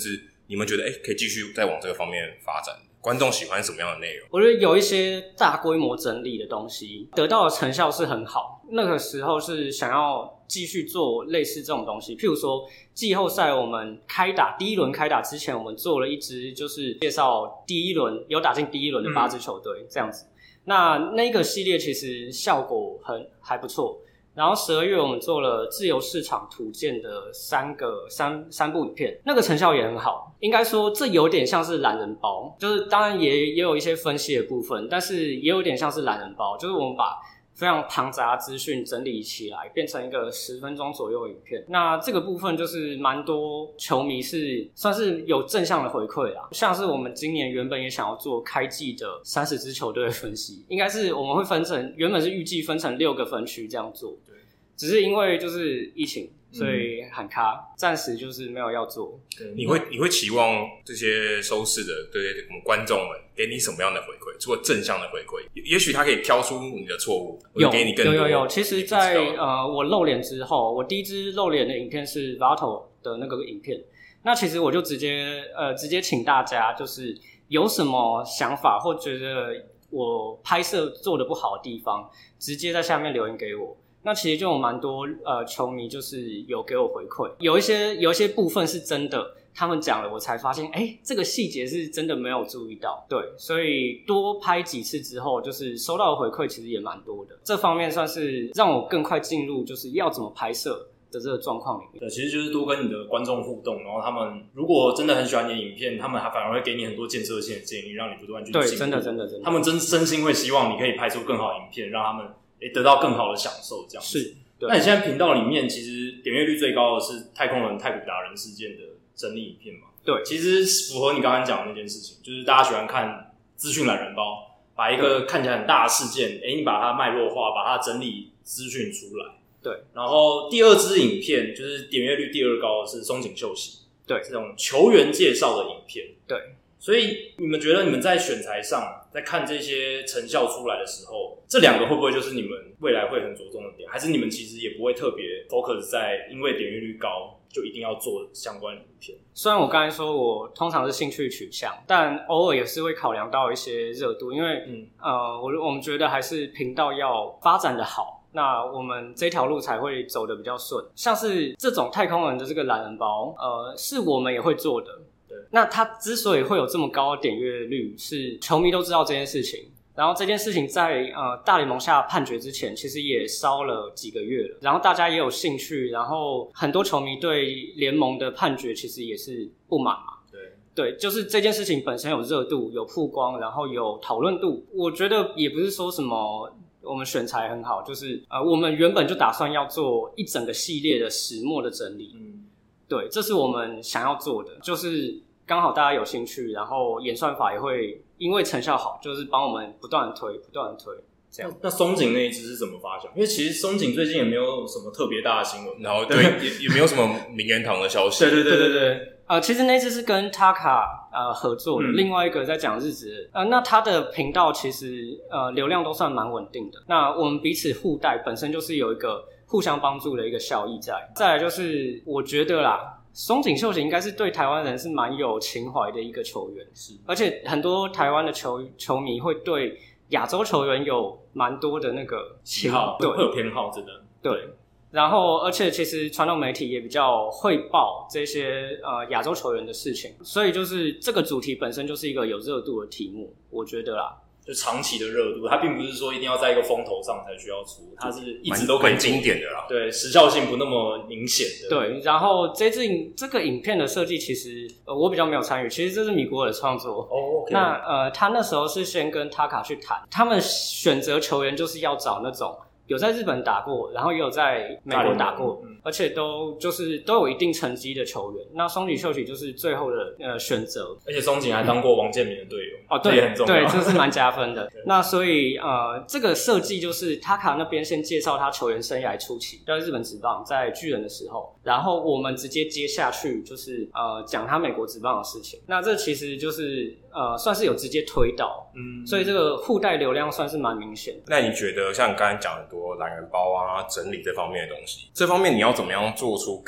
你们觉得可以继续再往这个方面发展？观众喜欢什么样的内容？ 我觉得有一些大规模整理的东西得到的成效是很好，那个时候是想要继续做类似这种东西。譬如说季后赛我们第一轮开打之前，我们做了一支就是介绍第一轮有打进第一轮的8支球队这样子。那个系列其实效果还不错。然后12月我们做了自由市场图鉴的三部影片，那个成效也很好。应该说这有点像是懒人包，就是当然也有一些分析的部分，但是也有点像是懒人包，就是我们把非常庞杂的资讯整理起来，变成一个10分钟左右的影片。那这个部分就是蛮多球迷是算是有正向的回馈啦，像是我们今年原本也想要做开季的30支球队的分析，应该是我们会原本是预计分成6个分区这样做，只是因为就是疫情，所以喊卡，暂时就是没有要做。 你会期望这些收视的对我们观众们给你什么样的回馈？除了正向的回馈，也许他可以挑出你的错误，给你更多。 有。其实在我露脸之后，我第一支露脸的影片是 Vato 的那个影片。那其实我就直接请大家，就是有什么想法或觉得我拍摄做的不好的地方，直接在下面留言给我。那其实就有蛮多球迷就是有给我回馈，有一些部分是真的，他们讲了我才发现，这个细节是真的没有注意到。对，所以多拍几次之后，就是收到的回馈其实也蛮多的。这方面算是让我更快进入就是要怎么拍摄的这个状况里面。 对，其实就是多跟你的观众互动，然后他们如果真的很喜欢你的影片，他们还反而会给你很多建设性的建议，让你不断去进步。 对，真的， 他们真心会希望你可以拍出更好的影片，让他们得到更好的享受，这样子。 是，对。 那你现在频道里面其实点阅率最高的是太空人太古达人事件的整理影片嘛？ 对， 其实符合你刚刚讲的那件事情，就是大家喜欢看资讯懒人包，把一个看起来很大的事件，你把它脉络化，把它整理资讯出来。 对。 然后第二支影片就是点阅率第2高的是松井秀喜， 对， 这种球员介绍的影片。 对。 所以你们觉得你们在选材上，在看这些成效出来的时候，这2个会不会就是你们未来会很着重的点？还是你们其实也不会特别 focus 在因为点阅率高就一定要做相关的影片？ 虽然我刚才说我通常是兴趣取向，但偶尔也是会考量到一些热度，因为我们觉得还是频道要发展的好，那我们这条路才会走得比较顺。像是这种太空人的这个懒人包，是我们也会做的。那它之所以会有这么高的点阅率，是球迷都知道这件事情，然后这件事情在大联盟下判决之前其实也烧了几个月了，然后大家也有兴趣，然后很多球迷对联盟的判决其实也是不满嘛。对，就是这件事情本身有热度，有曝光，然后有讨论度。我觉得也不是说什么我们选材很好，就是我们原本就打算要做一整个系列的始末的整理。对，这是我们想要做的，就是刚好大家有兴趣，然后演算法也会因为成效好，就是帮我们不断的推这样。 那松井那一支是怎么发想？因为其实松井最近也没有什么特别大的新闻， 然后对也没有什么名人堂的消息。 对。其实那支是跟 Taka 合作的，另外一个在讲日子那他的频道其实流量都算蛮稳定的。那我们彼此互带，本身就是有一个互相帮助的一个效益在。再来就是我觉得啦，松井秀喜应该是对台湾人是蛮有情怀的一个球员，是，而且很多台湾的球迷会对亚洲球员有蛮多的那个喜好，会有偏好，真的。 对。然后，而且其实传统媒体也比较会报这些亚洲球员的事情，所以就是这个主题本身就是一个有热度的题目，我觉得啦。 就长期的热度，它并不是说一定要在一个风头上才需要出，它是一直都可以经典的啦。 对，时效性不那么明显的。 对，然后这个影片的设计其实我比较没有参与，其实这是米国尔的创作。 OK。 那他那时候是先跟 Taka 去谈，他们选择球员就是要找那种有在日本打过，然后也有在美国打过，而且都有一定成绩的球员。那松井秀喜就是最后的选择， 而且松井还当过王建民的队友对， 也很重要。 对，这是蛮加分的。那所以这个设计就是 Taka 那边先介绍他球员生涯初期在日本职棒，在巨人的时候，然后我们直接接下去就是讲他美国职棒的事情。那这其实就是算是有直接推到，所以这个互带流量算是蛮明显的。 那你觉得像你刚才讲很多懒人包啊、整理这方面的东西，这方面你要怎么样做出跟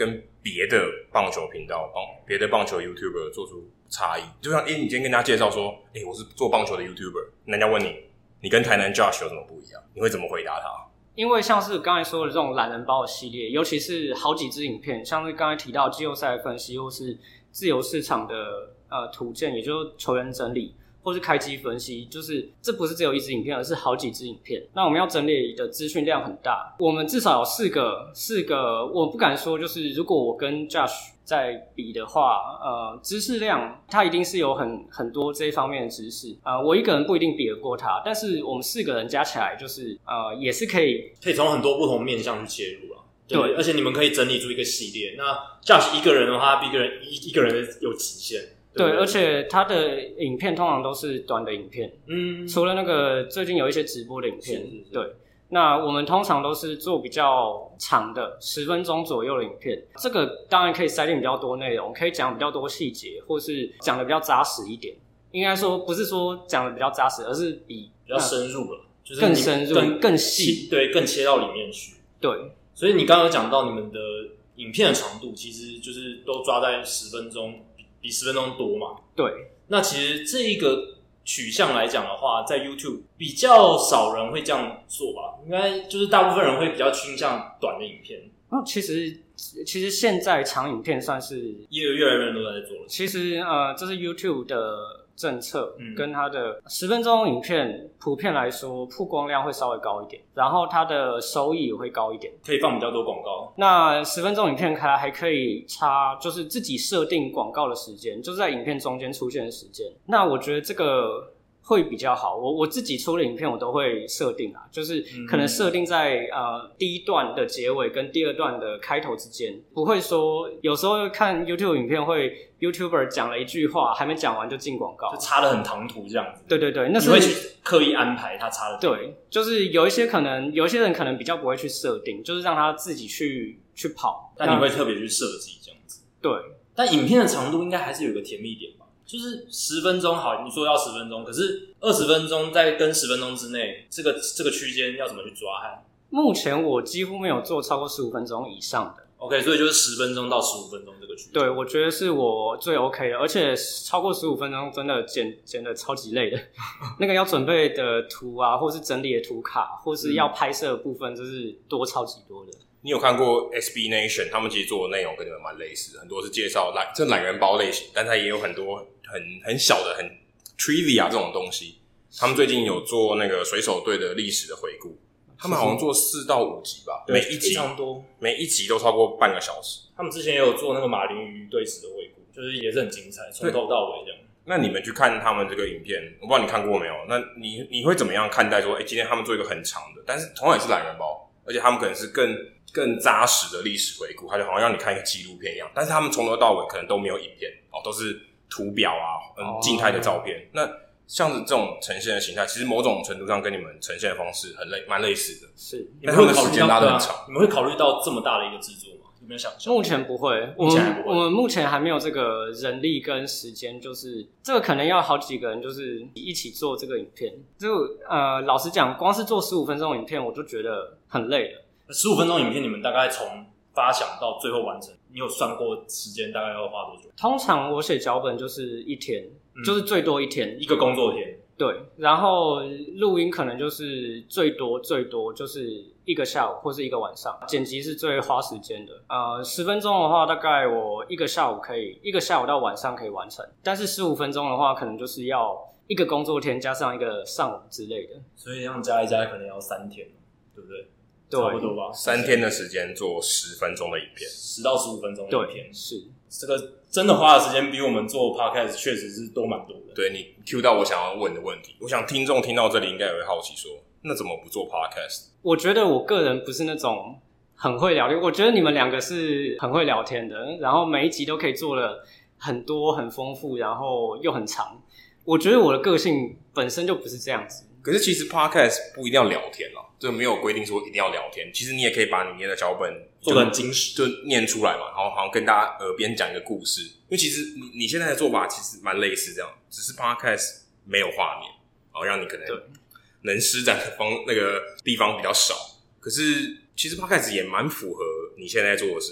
别的棒球频道、别的棒球 YouTuber 做出差异？就像你今天跟大家介绍说，我是做棒球的 YouTuber， 人家问你跟台南 Josh 有什么不一样？你会怎么回答他？ 因为像是刚才说的这种懒人包的系列，尤其是好几支影片，像是刚才提到季后赛的分析，或是自由市场的图鉴，也就是球员整理，或是开机分析，就是这不是只有一支影片，而是好几支影片。那我们要整理的资讯量很大，我们至少有四个，我不敢说就是如果我跟 Josh 在比的话，知识量他一定是有很多这一方面的知识，我一个人不一定比得过他，但是我们4个人加起来就是也是可以从很多不同面向去切入啦。 对， 而且你们可以整理出一个系列。那 Josh 一个人的话，一个人有极限。 对，而且他的影片通常都是短的影片，除了那个最近有一些直播的影片，是对。那我们通常都是做比较长的10分钟左右的影片，这个当然可以塞进比较多内容，可以讲比较多细节，或是讲的比较扎实一点。应该说不是说讲的比较扎实，而是比较深入了，就是更深入、更细， 对，更切到里面去。 对， 所以你刚刚有讲到你们的影片的长度，其实就是都抓在10分钟，比10分钟多嘛。 对， 那其实这一个取向来讲的话，在 YouTube 比较少人会这样做吧，应该就是大部分人会比较倾向短的影片。 其实现在长影片算是越来越多人都在做了。 其实这是 YouTube 的政策，跟它的10分钟影片普遍来说曝光量会稍微高一点，然后它的收益也会高一点， 可以放比较多广告。 那10分钟影片还可以插，就是自己设定广告的时间，就是在影片中间出现的时间。那我觉得这个会比较好，我自己出的影片我都会设定啊，就是可能设定在第一段的结尾跟第二段的开头之间，不会说有时候看 YouTube 影片会 YouTuber 讲了一句话还没讲完就进广告， 就插得很唐突这样子。 对，那是你会去刻意安排他插的。 对，就是有一些人可能比较不会去设定，就是让他自己去跑， 但你会特别去设计这样子。 对， 但影片的长度应该还是有一个甜蜜点吧。就是10分钟好，你说要10分钟，可是20分钟在跟10分钟之内，这个区间要怎么去抓？ 目前我几乎没有做超过15分钟以上的。 OK， 所以就是10分钟到15分钟这个区间。 对，我觉得是我最 OK 的，而且超过15分钟真的剪的超级累的。那个要准备的图啊，或是整理的图卡，或是要拍摄的部分，就是多超级多的。 你有看过 SB Nation？ 他们其实做的内容跟你们蛮类似的，很多是介绍懒人包类型，但它也有很多很小的很 trivia 这种东西。他们最近有做那个水手队的历史的回顾，他们好像做4到5集吧，每一集非常多，每一集都超过半个小时。 他们之前也有做那个马林鱼队史的回顾，就是也是很精彩，从头到尾这样。 那你们去看他们这个影片，我不知道你看过没有？那你会怎么样看待说，今天他们做一个很长的，但是同样也是懒人包，而且他们可能是更扎实的历史回顾，他就好像让你看一个纪录片一样，但是他们从头到尾可能都没有影片都是图表啊，静态的照片。那像是这种呈现的形态，其实某种程度上跟你们呈现的方式蛮类似的。 是， 但他们时间拉得很长。 你们会考虑到这么大的一个制作吗？有没有想象？ 目前不会，我们目前还没有这个人力跟时间，就是这个可能要好几个人，就是一起做这个影片。老实讲，光是做15分钟影片，我就觉得很累了。 15分钟影片，你们大概从发想到最后完成，你有算过时间大概要花多久？ 通常我写脚本就是1天，就是最多1天， 一个工作天。 对，然后录音可能就是最多就是1个下午或是1个晚上，剪辑是最花时间的。10分钟的话，大概我1个下午到晚上可以完成，但是15分钟的话，可能就是要1个工作天加上1个上午之类的， 所以这样加一加可能要3天，对不对？ 对， 差不多吧。 3天的时间做10分钟的影片 ，10到15分钟的影片， 对，是这个真的花的时间比我们做 podcast 确实是多蛮多的。 对，你 cue 到我想要问的问题，我想听众听到这里应该也会好奇说，那怎么不做 podcast？ 我觉得我个人不是那种很会聊天，我觉得你们2个是很会聊天的，然后每一集都可以做了很多很丰富，然后又很长。我觉得我的个性本身就不是这样子。 可是其实 podcast 不一定要聊天啦，这没有规定说一定要聊天。其实你也可以把你念的脚本做得很精实， 就念出来嘛，然后好像跟大家耳边讲一个故事。因为其实你现在的做法其实蛮类似这样，只是 podcast 没有画面，然后让你可能施展的那个地方比较少。可是其实 podcast 也蛮符合你现在在做的事情，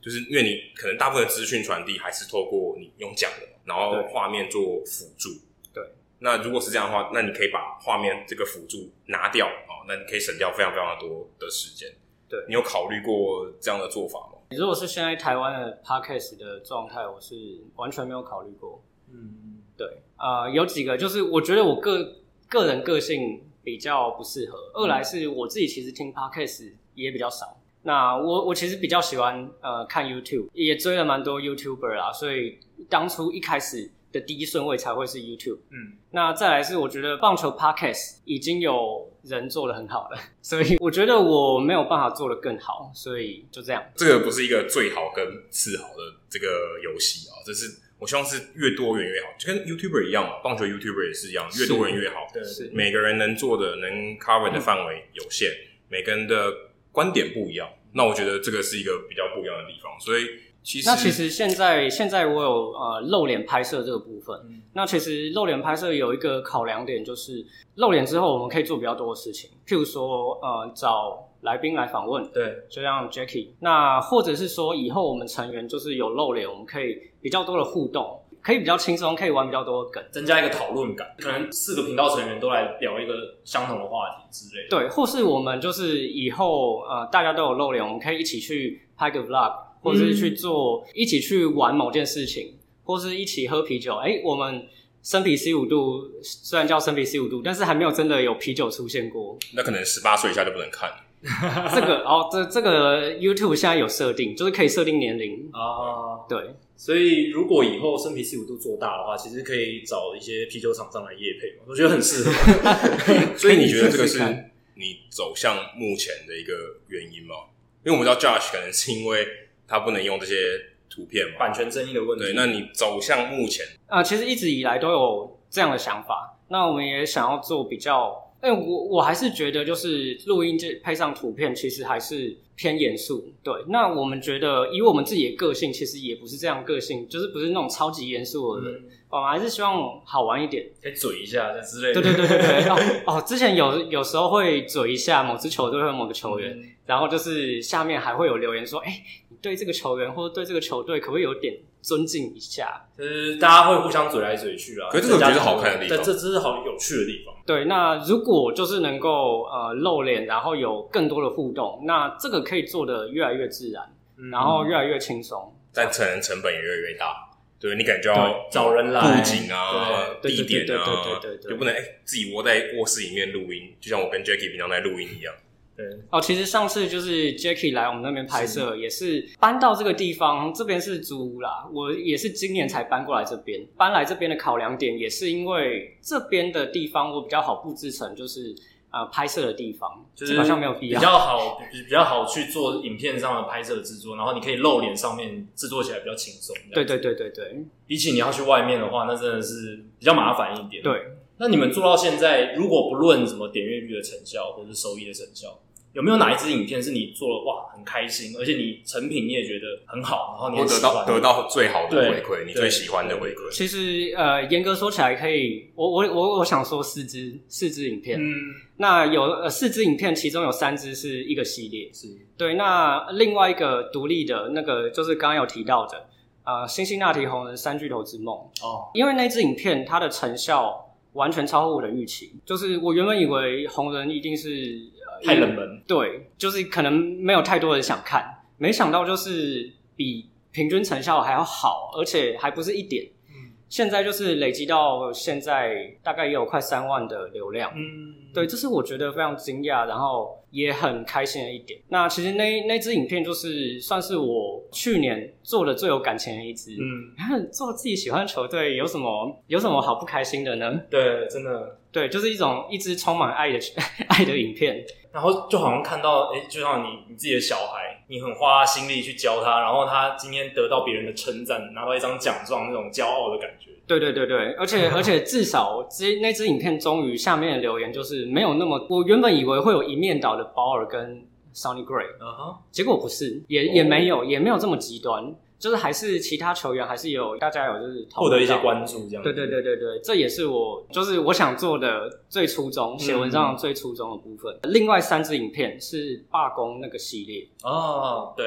就是因为你可能大部分的资讯传递还是透过你用讲的，然后画面做辅助。 对， 那如果是这样的话，那你可以把画面这个辅助拿掉那你可以省掉非常非常多的时间。 对， 你有考虑过这样的做法吗？ 如果是现在台湾的 podcast 的状态，我是完全没有考虑过。对，有几个就是我觉得我个人个性比较不适合，二来是我自己其实听 podcast 也比较少。那我其实比较喜欢看 YouTube， 也追了蛮多 YouTuber 啦，所以当初一开始的第一顺位才会是 YouTube。那再来是我觉得棒球 podcast 已经有人做得很好了，所以我觉得我没有办法做得更好，所以就这样。 这个不是一个最好跟次好的这个游戏这是我希望是越多元越好，就跟 YouTuber 一样嘛，棒球 YouTuber 也是一样，越多人越好。 对， 每个人能做的能 cover 的范围有限，每个人的观点不一样，那我觉得这个是一个比较不一样的地方。所以其实现在我有露脸拍摄这个部分。那其实露脸拍摄有一个考量点，就是露脸之后我们可以做比较多的事情，譬如说找来宾来访问， 对， 就像 Jackie。那或者是说以后我们成员就是有露脸，我们可以比较多的互动，可以比较轻松，可以玩比较多的梗， 增加一个讨论感。可能4个频道成员都来聊一个相同的话题之类的。 对，或是我们就是以后大家都有露脸，我们可以一起去拍个 vlog， 或者是去做一起去玩某件事情，或是一起喝啤酒。我们生啤 C5 度虽然叫生啤 C5 度，但是还没有真的有啤酒出现过。 那可能18岁以下就不能看。 这个 YouTube 现在有设定，就是可以设定年龄对， 所以如果以后生啤45度做大的话，其实可以找一些啤酒厂商来业配嘛，我觉得很适合。 所以你觉得这个是你走向目前的一个原因吗？因为我们知道 Josh 可能是因为他不能用这些图片嘛， 版权争议的问题。 对，那你走向目前其实一直以来都有这样的想法。那我们也想要做比较。我还是觉得就是录音配上图片其实还是偏严肃。对，那我们觉得以我们自己的个性其实也不是这样个性，就是不是那种超级严肃的人，我们还是希望好玩一点， 可以嘴一下之类的。 对之前有时候会嘴一下某支球队或某个球员，然后就是下面还会有留言说你对这个球员或者对这个球队可不可以有点尊敬一下， 就是大家会互相嘴来嘴去啊。 可是这个我觉得是好看的地方， 这是好有趣的地方。 对，那如果就是能够露脸，然后有更多的互动，那这个可以做得越来越自然，然后越来越轻松， 但成本也越来越大。对，你可能就要找人来布景啊、地点啊， 对， 就不能自己窝在卧室里面录音，就像我跟 Jackie 平常在录音一样。 对其实上次就是 Jackie 来我们那边拍摄，也是搬到这个地方，这边是租屋啦。我也是今年才搬过来这边，搬来这边的考量点也是因为这边的地方我比较好布置成就是拍摄的地方， 就是基本上没有必要， 比较好去做影片上的拍摄制作，然后你可以露脸上面制作起来比较轻松。 对， 比起你要去外面的话，那真的是比较麻烦一点。 对， 那你们做到现在，如果不论什么点阅率的成效或是收益的成效，有没有哪一支影片是你做了很开心，而且你成品你也觉得很好，然后你也得到最好的回馈，你最喜欢的回馈？ 其实严格说起来，可以我想说四支影片，那有4支影片，其中有3支是一个系列， 是对。那另外一个独立的那个就是刚刚有提到的辛辛那提红人3巨头之梦因为那支影片它的成效完全超乎我的预期，就是我原本以为红人一定是太冷门， 对，就是可能没有太多人想看，没想到就是比平均成效还要好，而且还不是1点。现在就是累积到现在大概也有快3万的流量。对，这是我觉得非常惊讶，然后也很开心的一点。那其实那支影片就是算是我去年做的最有感情的一支。做自己喜欢的球队有什么好不开心的呢？ 对，真的， 对，就是一支充满爱的影片。 然后就好像看到就像你自己的小孩，你很花心力去教他，然后他今天得到别人的称赞，拿到一张奖状，那种骄傲的感觉。对， 而且至少那支影片终于下面的留言就是没有那么，我原本以为会有一面倒的保尔跟 Sonny Gray，结果不是，也没有这么极端。就是还是其他球员还是大家有就是获得一些关注这样。 对，这也是我想做的最初衷，写文章的最初衷的部分。另外3支影片是罢工那个系列。 对，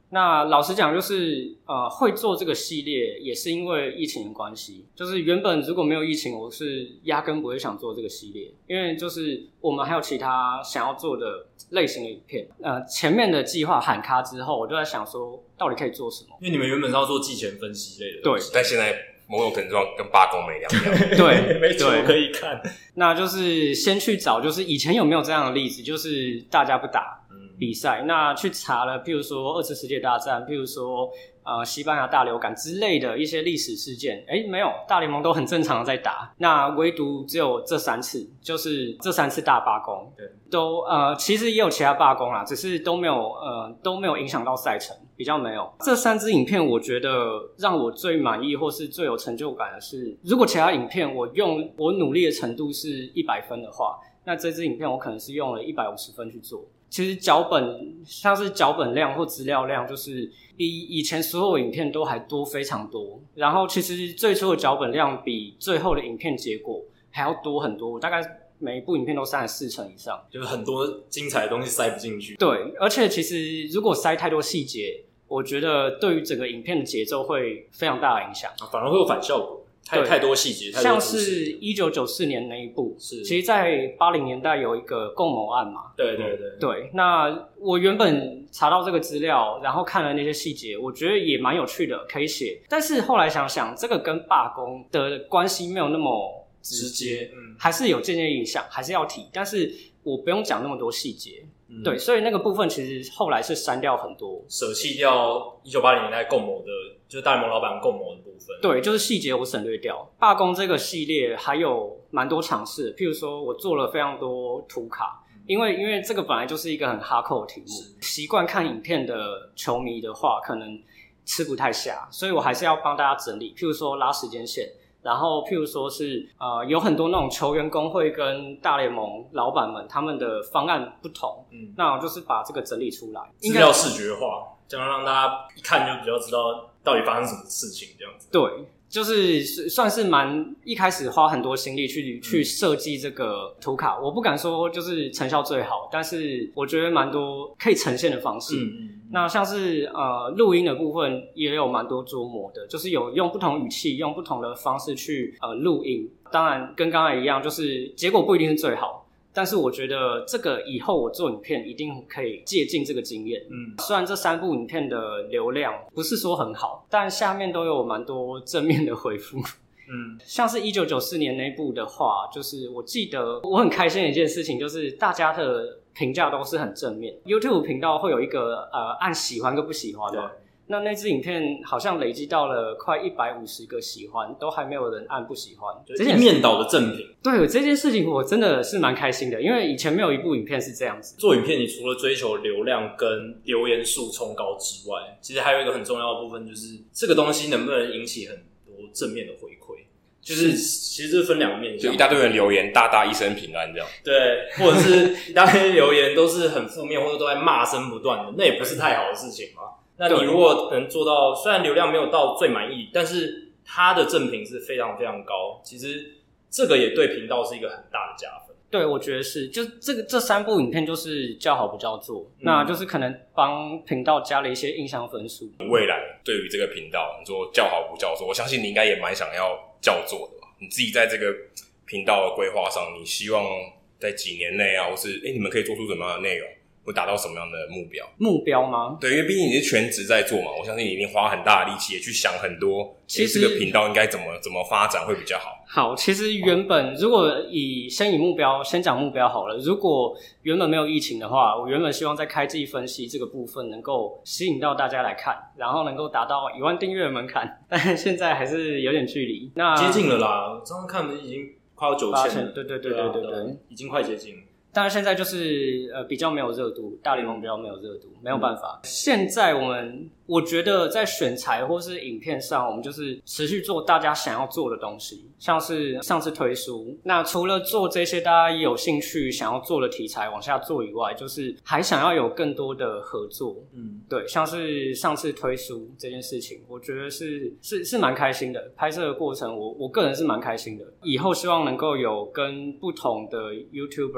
那老实讲，就是会做这个系列也是因为疫情的关系。就是原本如果没有疫情，我是压根不会想做这个系列，因为就是我们还有其他想要做的类型的影片。前面的计划喊卡之后，我就在想说，到底可以做什么？ 因为你们原本是要做季前分析类的东西， 但现在某种程度上跟罢工没两样。 对， 没球可以看。 那就是先去找，就是以前有没有这样的例子，就是大家不打比赛，那去查了，譬如说2次世界大战，譬如说西班牙大流感之类的一些历史事件，没有，大联盟都很正常的在打，那唯独只有这3次，就是这3次大罢工， 对， 都其实也有其他罢工啦，只是都没有影响到赛程，比较没有。这3支影片，我觉得让我最满意或是最有成就感的是，如果其他影片我用我努力的程度是100分的话，那这支影片我可能是用了150分去做。其实像是脚本量或资料量，就是比以前所有影片都还多非常多。然后其实最初的脚本量比最后的影片结果还要多很多，大概每一部影片都34成以上， 就是很多精彩的东西塞不进去。 对，而且其实如果塞太多细节，我觉得对于整个影片的节奏会非常大的影响， 反而会有反效果。太多细节， 像是1994年那一部， 是其实在80年代有一个共谋案嘛。对，那我原本查到这个资料，然后看了那些细节，我觉得也蛮有趣的，可以写。但是后来想想，这个跟罢工的关系没有那么直接，还是有间接影响，还是要提，但是我不用讲那么多细节。对，所以那个部分其实后来是删掉很多， 舍弃掉1980年代共谋的，就是大联盟老板共谋的部分。 对，就是细节我省略掉。罢工这个系列还有蛮多尝试，譬如说我做了非常多图卡，因为这个本来就是一个很哈扣的题目，习惯看影片的球迷的话，可能吃不太下，所以我还是要帮大家整理，譬如说拉时间线。然后譬如说是有很多那种球员工会跟大联盟老板们他们的方案不同，那我就是把这个整理出来， 资料视觉化，这样让大家一看就比较知道到底发生什么事情这样子。 对，就是算是一开始花很多心力去设计这个图卡，我不敢说就是成效最好，但是我觉得蛮多可以呈现的方式。那像是录音的部分也有蛮多琢磨的，就是有用不同语气，用不同的方式去录音。当然跟刚才一样，就是结果不一定是最好。但是我觉得这个以后我做影片一定可以借鉴这个经验。虽然这3部影片的流量不是说很好，但下面都有蛮多正面的回复。像是1994年那部的话，就是我记得我很开心的一件事情，就是大家的评价都是很正面。YouTube 频道会有一个按喜欢跟不喜欢嘛。那支影片好像累积到了快150个喜欢，都还没有人按不喜欢， 一面倒的正评。 对，这件事情我真的是蛮开心的，因为以前没有一部影片是这样子。 做影片你除了追求流量跟留言数冲高之外，其实还有一个很重要的部分，就是这个东西能不能引起很多正面的回馈。就是其实这分2个面向， 就一大堆人留言大大一生平安这样。 对，或者是一大堆留言都是很负面，或者都在骂声不断的，那也不是太好的事情嘛。那你如果能做到，虽然流量没有到最满意，但是它的正评是非常非常高，其实这个也对频道是一个很大的加分。 对，我觉得是，就这3部影片就是叫好不叫座，那就是可能帮频道加了一些印象分数。 未来对于这个频道，你说叫好不叫座，我相信你应该也蛮想要叫座的吧？你自己在这个频道的规划上，你希望在几年内啊，或是你们可以做出什么样的内容？会达到什么样的目标？ 目标吗？ 对，因为毕竟你是全职在做嘛，我相信你一定花很大的力气，也去想很多，其实这个频道应该怎么发展会比较好。 好，其实原本如果先讲目标好了。如果原本没有疫情的话，我原本希望在开季分析这个部分能够吸引到大家来看，然后能够达到1万订阅的门槛，但是现在还是有点距离。那接近了啦，刚刚看已经快要9000了。 对， 已经快接近了。 当然现在就是比较没有热度，大联盟比较没有热度，没有办法。现在我觉得在选材或是影片上，我们就是持续做大家想要做的东西，像是上次推书。那除了做这些大家也有兴趣想要做的题材往下做以外，就是还想要有更多的合作。对，像是上次推书这件事情，我觉得是蛮开心的。拍摄的过程我个人是蛮开心的。以后希望能够有跟不同的 YouTuber 有合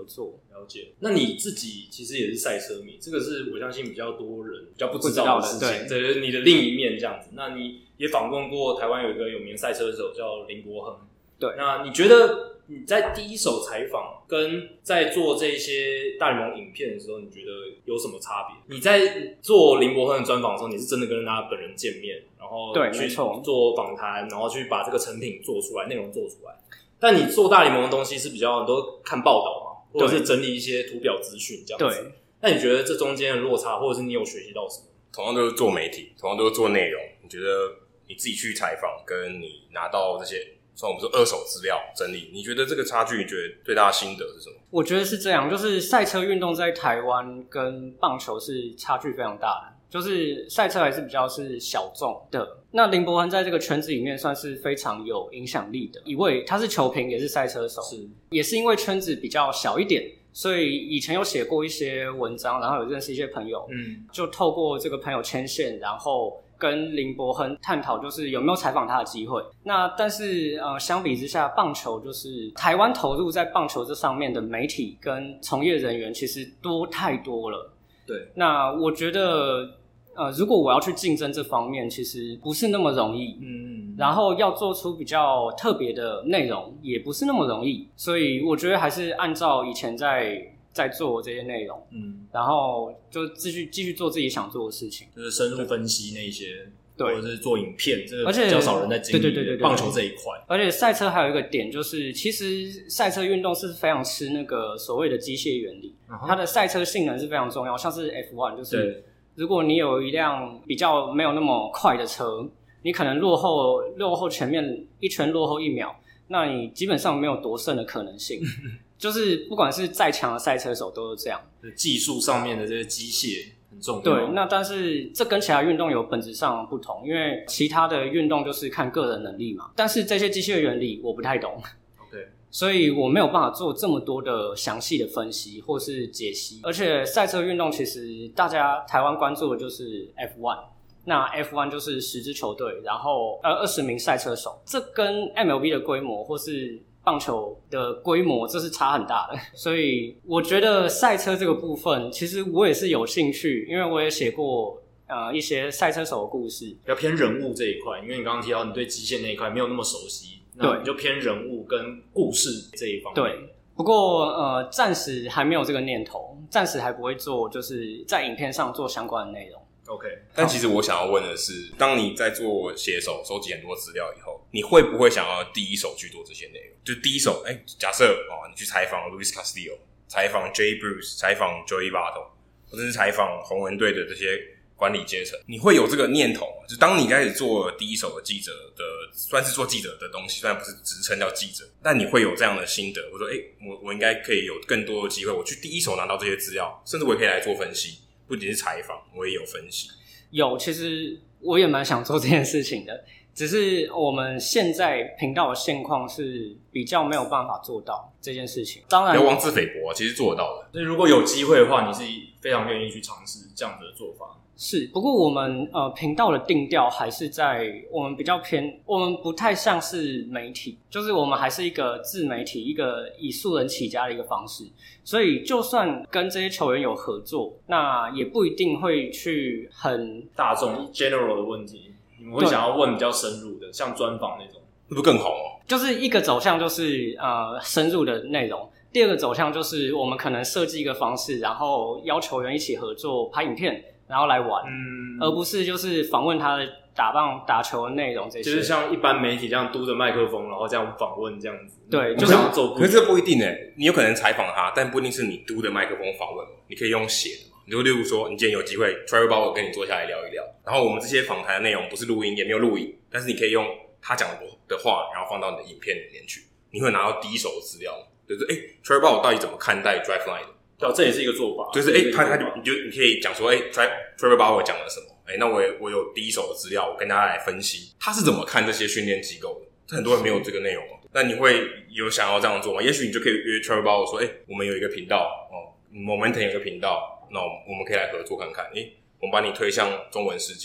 合作。 了解。那你自己其实也是赛车迷，这个是我相信比较多人比较不知道的事情，这是你的另一面这样子。那你也访问过台湾有一个有名的赛车手叫林柏宏，对。那你觉得你在第一手采访跟在做这些大联盟影片的时候，你觉得有什么差别？你在做林柏宏的专访的时候，你是真的跟他本人见面，然后去做访谈，然后去把这个成品做出来，内容做出来。但你做大联盟的东西是比较很多看报道嘛，或者是整理一些图表资讯这样子。对。那你觉得这中间的落差，或者是你有学习到什么？ 同样都是做媒体，同样都是做内容，你觉得你自己去采访，跟你拿到这些，虽然我们说二手资料整理，你觉得这个差距，你觉得最大的心得是什么？ 我觉得是这样，就是赛车运动在台湾跟棒球是差距非常大的。就是赛车还是比较是小众的，那林柏宏在这个圈子里面算是非常有影响力的一位，他是球评也是赛车手，也是因为圈子比较小一点，所以以前有写过一些文章，然后有认识一些朋友，就透过这个朋友牵线，然后跟林柏宏探讨就是有没有采访他的机会。那但是相比之下，棒球就是台湾投入在棒球这上面的媒体跟从业人员其实多太多了。对，那我觉得如果我要去竞争这方面，其实不是那么容易。然后要做出比较特别的内容，也不是那么容易。所以我觉得还是按照以前在做这些内容，然后就继续做自己想做的事情， 就是深入分析那些，或者是做影片，这个比较少人在经历的棒球这一块。 而且赛车还有一个点就是，其实赛车运动是非常吃那个所谓的机械原理，它的赛车性能是非常重要，像是 F1 就是。如果你有一辆比较没有那么快的车，你可能落后前面一圈落后1秒，那你基本上没有夺胜的可能性。就是不管是再强的赛车手都是这样， 技术上面的这些机械很重要。 对，那但是这跟其他运动有本质上不同，因为其他的运动就是看个人能力嘛，但是这些机械原理我不太懂。所以我没有办法做这么多的详细的分析或是解析，而且赛车运动其实大家台湾关注的就是 F1， 那 F1 就是10支球队，然后20名赛车手，这跟 MLB 的规模或是棒球的规模这是差很大的。所以我觉得赛车这个部分其实我也是有兴趣，因为我也写过一些赛车手的故事， 比较偏人物这一块，因为你刚刚提到你对机械那一块没有那么熟悉，那你就偏人物跟故事这一方面。 对，不过暂时还没有这个念头，暂时还不会做，就是在影片上做相关的内容。 OK， 但其实我想要问的是，当你在做写手收集很多资料以后，你会不会想要第一手去做这些内容？就第一手，假设你去采访 Luis Castillo， 采访 Jay Bruce， 采访 Joey Votto， 或者是采访红人队的这些管理阶层，你会有这个念头？就当你开始做第一手的记者的，算是做记者的东西，虽然不是职称叫记者，但你会有这样的心得。我说，我应该可以有更多的机会，我去第一手拿到这些资料，甚至我也可以来做分析，不仅是采访，我也有分析。 其实我也蛮想做这件事情的，只是我们现在频道的现况是比较没有办法做到这件事情。当然， 不要妄自菲薄，其实做得到的。 所以如果有机会的话，你是非常愿意去尝试这样的做法。 是，不过我们频道的定调还是在我们比较偏，我们不太像是媒体，就是我们还是一个自媒体，一个以素人起家的一个方式。所以就算跟这些球员有合作，那也不一定会去很大众 general 的问题，你们会想要问比较深入的，像专访那种， 那不更好吗？ 就是一个走向就是深入的内容，第二个走向就是我们可能设计一个方式，然后邀球员一起合作拍影片，然后来玩，而不是就是访问他的打球的内容这些， 就是像一般媒体这样嘟着麦克风，然后这样访问这样子。 对， 就想做。 可是这不一定你有可能采访他，但不一定是你嘟着麦克风访问，你可以用写的嘛。例如说，你今天有机会 Trevor Bauer 跟你坐下来聊一聊，然后我们这些访谈的内容不是录音，也没有录影，但是你可以用他讲的话，然后放到你的影片里面去，你会拿到第一手的资料，就是Trevor Bauer 到底怎么看待 Driveline 的？ 这也是一个做法， 就是你可以讲说Trevor Bauer 讲了什么，那我有第一手的资料，我跟大家来分析他是怎么看这些训练机构的。很多人没有这个内容，那你会有想要这样做吗？也许你就可以约 Trevor Bauer 说，我们有一个频道Momentum 有一个频道，那我们可以来合作看看，我们把你推向中文世界，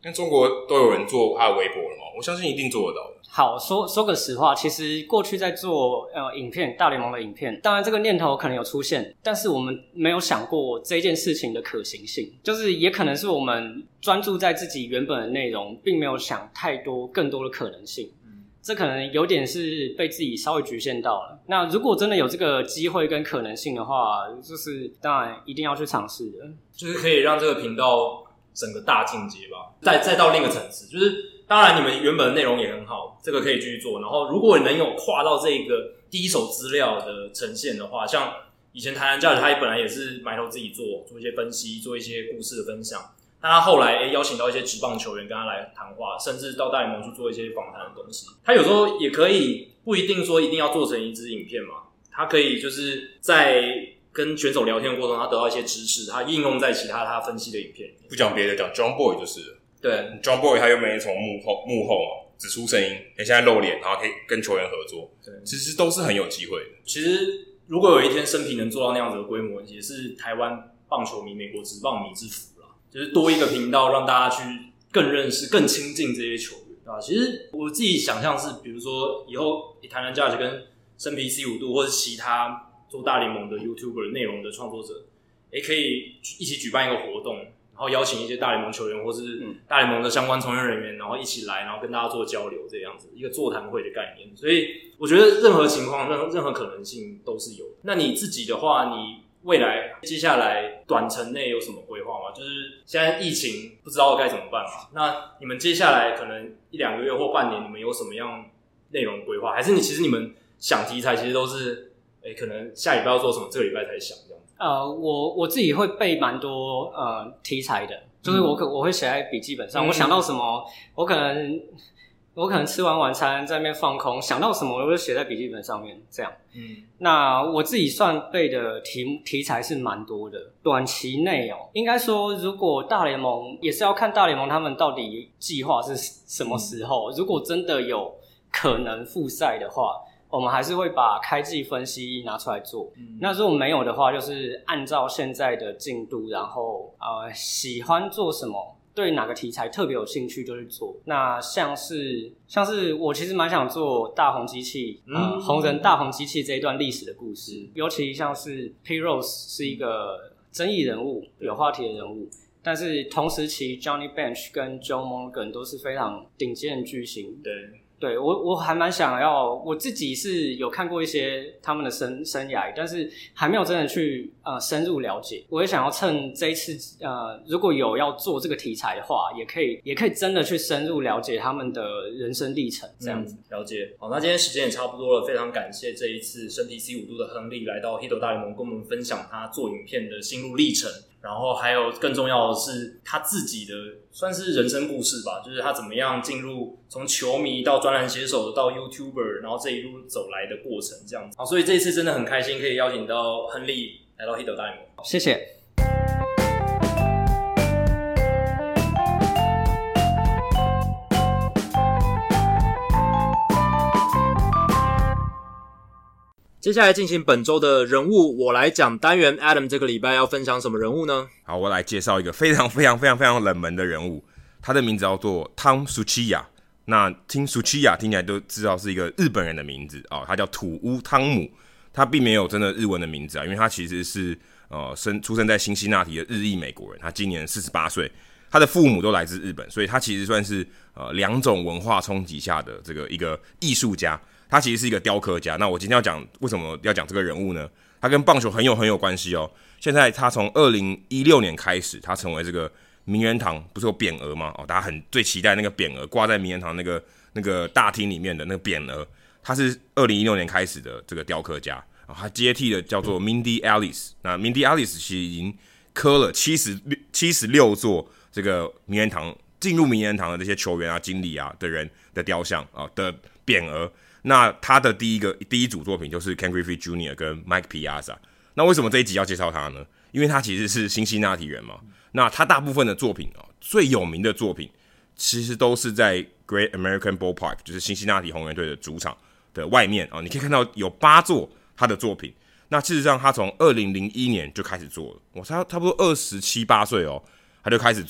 那中国都有人做他的微博了吗？我相信一定做得到的。 好，说个实话，其实过去在做影片，大联盟的影片，当然这个念头可能有出现，但是我们没有想过这件事情的可行性，就是也可能是我们专注在自己原本的内容，并没有想太多更多的可能性。这可能有点是被自己稍微局限到了。那如果真的有这个机会跟可能性的话，就是当然一定要去尝试的， 就是可以让这个频道整个大进阶吧，再到另一个层次。就是当然你们原本的内容也很好，这个可以继续做。然后如果你能有跨到这个第一手资料的呈现的话，像以前台南教育他本来也是埋头自己做一些分析，做一些故事的分享。那他后来邀请到一些职棒球员跟他来谈话，甚至到大联盟去做一些访谈的东西。他有时候也可以不一定说一定要做成一支影片嘛，他可以就是在跟选手聊天的过程中，他得到一些知识，他应用在其他分析的影片里面。 不讲别的，讲 John Boy 就是了。 对 ，John Boy 他原本也从幕后嘛，只出声音，现在露脸，然后可以跟球员合作，对，其实都是很有机会的。 其实如果有一天生平能做到那样子的规模，也是台湾棒球迷、美国职棒迷之福啦。就是多一个频道，让大家去更认识、更亲近这些球员，对吧？其实我自己想象是，比如说以后台南 Judge 跟生皮 C5度，或是其他做大联盟的 YouTuber 内容的创作者，可以一起举办一个活动。然后邀请一些大联盟球员或是大联盟的相关从业人员，然后一起来，然后跟大家做交流，这样子一个座谈会的概念。所以我觉得任何情况、任何可能性都是有的。那你自己的话，你未来接下来短程内有什么规划吗？就是现在疫情不知道该怎么办嘛？那你们接下来可能1-2个月或半年，你们有什么样内容规划？还是其实你们想题材其实都是可能下礼拜要做什么，这个礼拜才想这样子。 我自己会背蛮多题材的，就是我会写在笔记本上。我想到什么，我可能吃完晚餐在那边放空，想到什么我就写在笔记本上面，这样。那我自己算背的题材是蛮多的。短期内应该说，如果大联盟也是要看大联盟他们到底计划是什么时候。如果真的有可能复赛的话，我们还是会把开季分析拿出来做。那如果没有的话，就是按照现在的进度，然后喜欢做什么，对哪个题材特别有兴趣就去做。那像是我其实蛮想做大红机器，红人大红机器这一段历史的故事，尤其像是 Pete Rose 是一个争议人物，有话题的人物。但是同时期 Johnny Bench 跟 Joe Morgan 都是非常顶尖的巨星。对，我还蛮想要，我自己是有看过一些他们的生涯，但是还没有真的去深入了解。我也想要趁这一次如果有要做这个题材的话，也可以真的去深入了解他们的人生历程，这样子。 了解。好，那今天时间也差不多了，非常感谢这一次生皮 C5度的亨利来到 Hito 大联盟跟我们分享他做影片的心路历程。然后还有更重要的是他自己的算是人生故事吧，就是他怎么样进入从球迷到专栏写手到 YouTuber， 然后这一路走来的过程这样子。好，所以这一次真的很开心可以邀请到亨利来到 Hito 大联盟。 谢谢。 接下来进行本周的人物我来讲单元。 Adam 这个礼拜要分享什么人物呢？ 好，我来介绍一个非常非常非常非常冷门的人物，他的名字叫做汤苏奇亚。那听苏奇亚听起来都知道是一个日本人的名字他叫土屋汤姆。他并没有真的日文的名字因为他其实是出生在辛辛那提的日裔美国人，他今年48岁，他的父母都来自日本，所以他其实算是两种文化冲击下的这个一个艺术家。他其实是一个雕刻家。那我今天要讲为什么要讲这个人物呢？他跟棒球很有关系现在他从2016年开始，他成为这个名人堂不是有匾额吗？大家最期待那个匾额挂在名人堂那个大厅里面的那个匾额，他是2016年开始的这个雕刻家他接替的叫做 Mindy Alice。那 Mindy Alice 其实已经刻了76座这个名人堂进入名人堂的这些球员经理的人的雕像的匾额。那他的第一组作品就是 Ken Griffey Jr. 跟 Mike Piazza。那为什么这一集要介绍他呢？因为他其实是辛辛那提人嘛。那他大部分的作品最有名的作品其实都是在 Great American Ballpark， 就是辛辛那提红人队的主场的外面你可以看到有8座他的作品。那事实上他从2001年就开始做了，他差不多27、28岁他就开始做，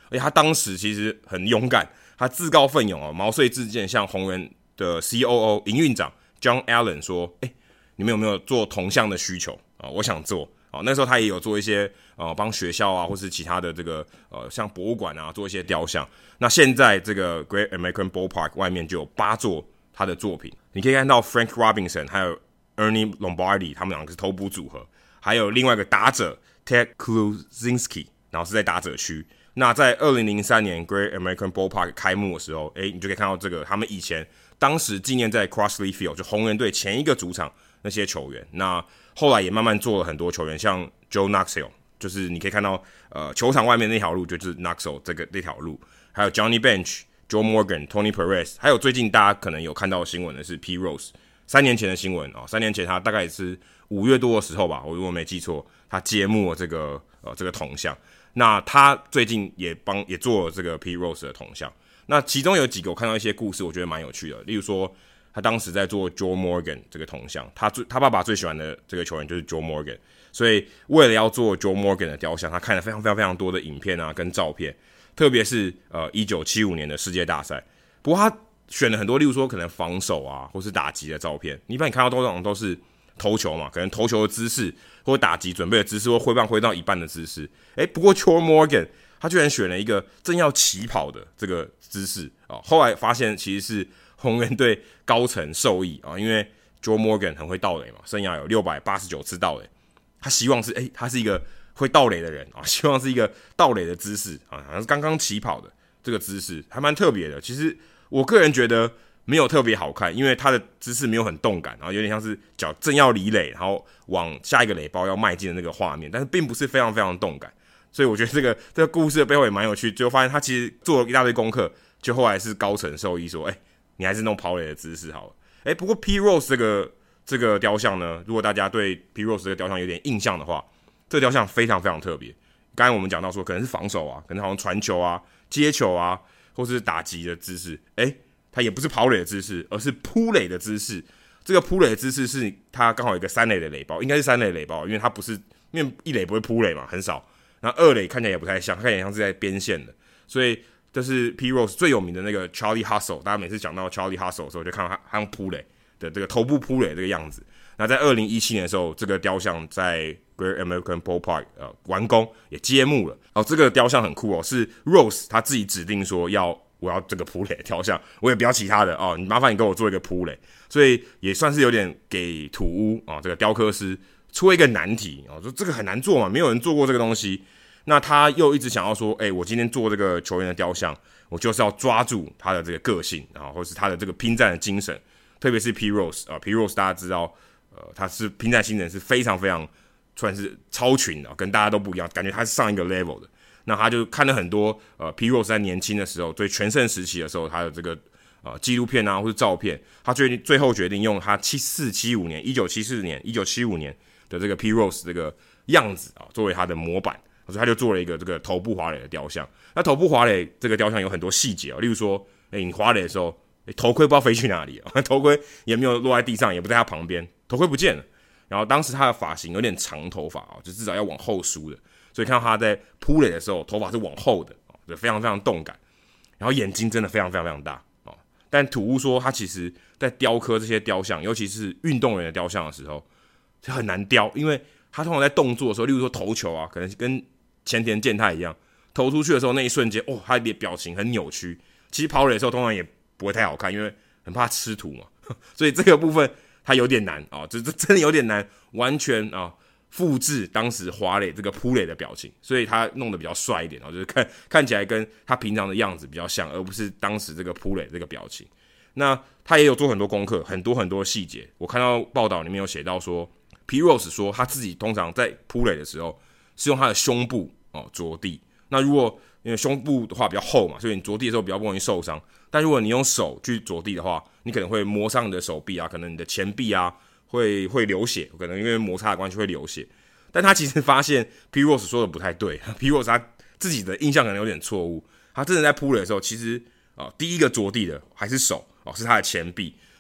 而且他当时其实很勇敢，他自告奋勇毛遂自荐向红人的 COO 营运长 John Allen 说：“你们有没有做铜像的需求我想做。”那时候他也有做一些帮学校啊，或是其他的这个像博物馆啊做一些雕像。那现在这个 Great American Ballpark 外面就有8座他的作品，你可以看到 Frank Robinson 还有 Ernie Lombardi 他们两个是头部组合，还有另外一个打者 Ted Kluszewski， 然后是在打者区。那在2003年 Great American Ballpark 开幕的时候，你就可以看到这个他们以前当时纪念在 Crossley Field 就红人队前一个主场那些球员。那后来也慢慢做了很多球员，像 Joe Knoxville， 就是你可以看到球场外面那条路就是 Knoxville 这条路，还有 Johnny Bench、Joe Morgan、Tony Perez， 还有最近大家可能有看到的新闻的是 P. Rose， 3年前的新闻3年前他大概也是5月多的时候吧，我如果没记错，他揭幕了这个铜像。那他最近也做了这个 P. Rose 的铜像。那其中有几个我看到一些故事，我觉得蛮有趣的，例如说他当时在做 Joe Morgan 这个铜像，他爸爸最喜欢的这个球员就是 Joe Morgan， 所以为了要做 Joe Morgan 的雕像，他看了非常非常非常多的影片啊跟照片，特别是1975年的世界大赛。不过他选了很多，例如说可能防守啊或是打击的照片，一般你看到都是投球嘛，可能投球的姿势或打击准备的姿势或挥棒挥到一半的姿势。不过 Joe Morgan 他居然选了一个正要起跑的这个姿势后来发现其实是红人队高层授意因为 Joe Morgan 很会盗垒嘛，生涯有689次盗垒，他希望是他是一个会盗垒的人希望是一个盗垒的姿势好像是刚刚起跑的这个姿势，还蛮特别的。其实我个人觉得没有特别好看，因为他的姿势没有很动感，然后有点像是脚正要离垒，然后往下一个垒包要迈进的那个画面，但是并不是非常非常动感。所以我觉得这个故事的背后也蛮有趣，就发现他其实做了一大堆功课，就后来是高层授意说，你还是弄跑垒的姿势好了。不过 P. Rose 这个雕像呢，如果大家对 P. Rose 这个雕像有点印象的话，这个雕像非常非常特别。刚才我们讲到说，可能是防守啊，可能好像传球啊、接球啊，或是打击的姿势，它也不是跑垒的姿势，而是扑垒的姿势。这个扑垒的姿势是它刚好有一个3垒的垒包，应该是3垒垒包，因为它不是，因为1垒不会扑垒嘛，很少。然后2垒看起来也不太像，看起来像是在边线的，所以这是 P. Rose 最有名的那个 Charlie Hustle， 大家每次讲到 Charlie Hustle 的时候，就看到他用扑垒的这个头部扑垒这个样子。那在2017年的时候，这个雕像在 Great American Ballpark 完工也揭幕了。这个雕像很酷是 Rose 他自己指定说我要这个扑垒的雕像，我也不要其他的你麻烦你给我做一个扑垒，所以也算是有点给土屋这个雕刻师出了一个难题说这个很难做嘛，没有人做过这个东西。那他又一直想要说，我今天做这个球员的雕像，我就是要抓住他的这个个性或是他的这个拼战的精神，特别是 P. Rose P. Rose 大家知道他是拼战精神是非常非常算是超群的跟大家都不一样，感觉他是上一个 level 的。那他就看了很多P. Rose 在年轻的时候最全盛时期的时候他的这个纪录片啊或是照片，他最后决定用他1975年的这个 P. Rose 这个样子作为他的模板，所以他就做了一个这个头部滑垒的雕像。那头部滑垒这个雕像有很多细节例如说你滑垒的时候头盔不知道飞去哪里头盔也没有落在地上，也不在他旁边，头盔不见了。然后当时他的发型有点长头发就至少要往后梳的，所以看到他在扑垒的时候头发是往后的就非常非常动感。然后眼睛真的非常非常非常大但土屋说他其实在雕刻这些雕像，尤其是运动员的雕像的时候就很难雕，因为他通常在动作的时候，例如说投球可能跟前田健太一样，投出去的时候那一瞬间他的表情很扭曲。其实跑垒的时候通常也不会太好看，因为很怕吃土嘛，所以这个部分他有点难这真的有点难完全复制当时滑垒这个扑垒的表情，所以他弄得比较帅一点就是看起来跟他平常的样子比较像，而不是当时这个扑垒这个表情。那他也有做很多功课，很多很多细节。我看到报道里面有写到说 P. Rose 说他自己通常在扑垒的时候是用他的胸部着地。那如果因为胸部的话比较厚嘛，所以你着地的时候比较不容易受伤。但如果你用手去着地的话，你可能会磨伤你的手臂可能你的前臂会流血，可能因为摩擦的关系会流血。但他其实发现 P. Rose 说的不太对，P. Rose 他自己的印象可能有点错误。他真的在扑垒的时候，其实第一个着地的还是手是他的前臂，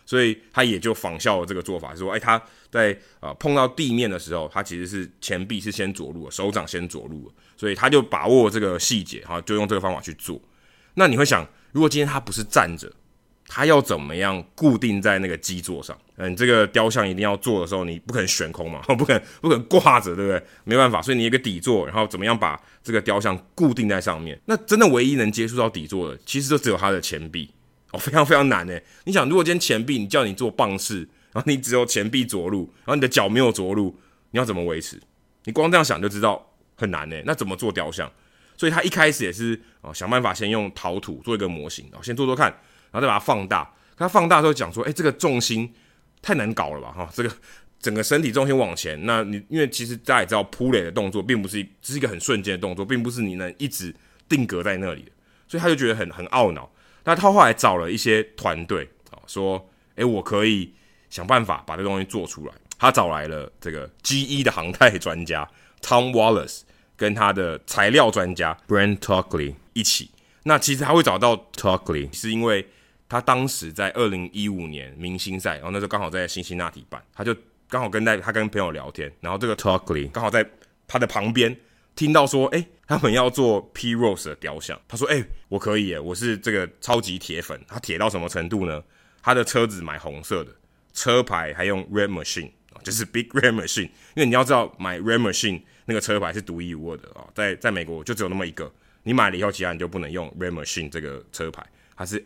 所以他也就仿效了这个做法，说他在碰到地面的时候，他其实是前臂是先着陆的，手掌先着陆的，所以他就把握这个细节，就用这个方法去做。那你会想，如果今天他不是站着，他要怎么样固定在那个基座上？你这个雕像一定要做的时候，你不可能悬空嘛，不可能挂着，对不对？没办法，所以你有一个底座，然后怎么样把这个雕像固定在上面？那真的唯一能接触到底座的，其实就只有他的前臂非常非常难诶。你想，如果今天前臂你叫你做棒式，然后你只有前臂着陆，然后你的脚没有着陆，你要怎么维持？你光这样想就知道很难诶。那怎么做雕像？所以他一开始也是想办法先用陶土做一个模型，先做做看，然后再把它放大。他放大之后讲说，这个重心太难搞了吧？这个整个身体重心往前，那你因为其实大家也知道，扑垒的动作并不是只是一个很瞬间的动作，并不是你能一直定格在那里的，所以他就觉得很懊恼。那他后来找了一些团队说，我可以想办法把这东西做出来。他找来了这个 G1 的航太专家 Tom Wallace 跟他的材料专家 Brent Talkley 一起。那其实他会找到 Talkley 是因为他当时在2015年明星赛，然后那时候刚好在辛辛那提办，他就刚好他跟朋友聊天，然后这个 Talkley 刚好在他的旁边听到说，他们要做 P. Rose 的雕像，他说，我可以耶，我是这个超级铁粉。他铁到什么程度呢？他的车子买红色的，车牌还用 Red Machine， 就是 Big Red Machine， 因为你要知道买 Red Machine 那个车牌是独一无二的在美国就只有那么一个，你买了以后，其他人就不能用 Red Machine 这个车牌。它是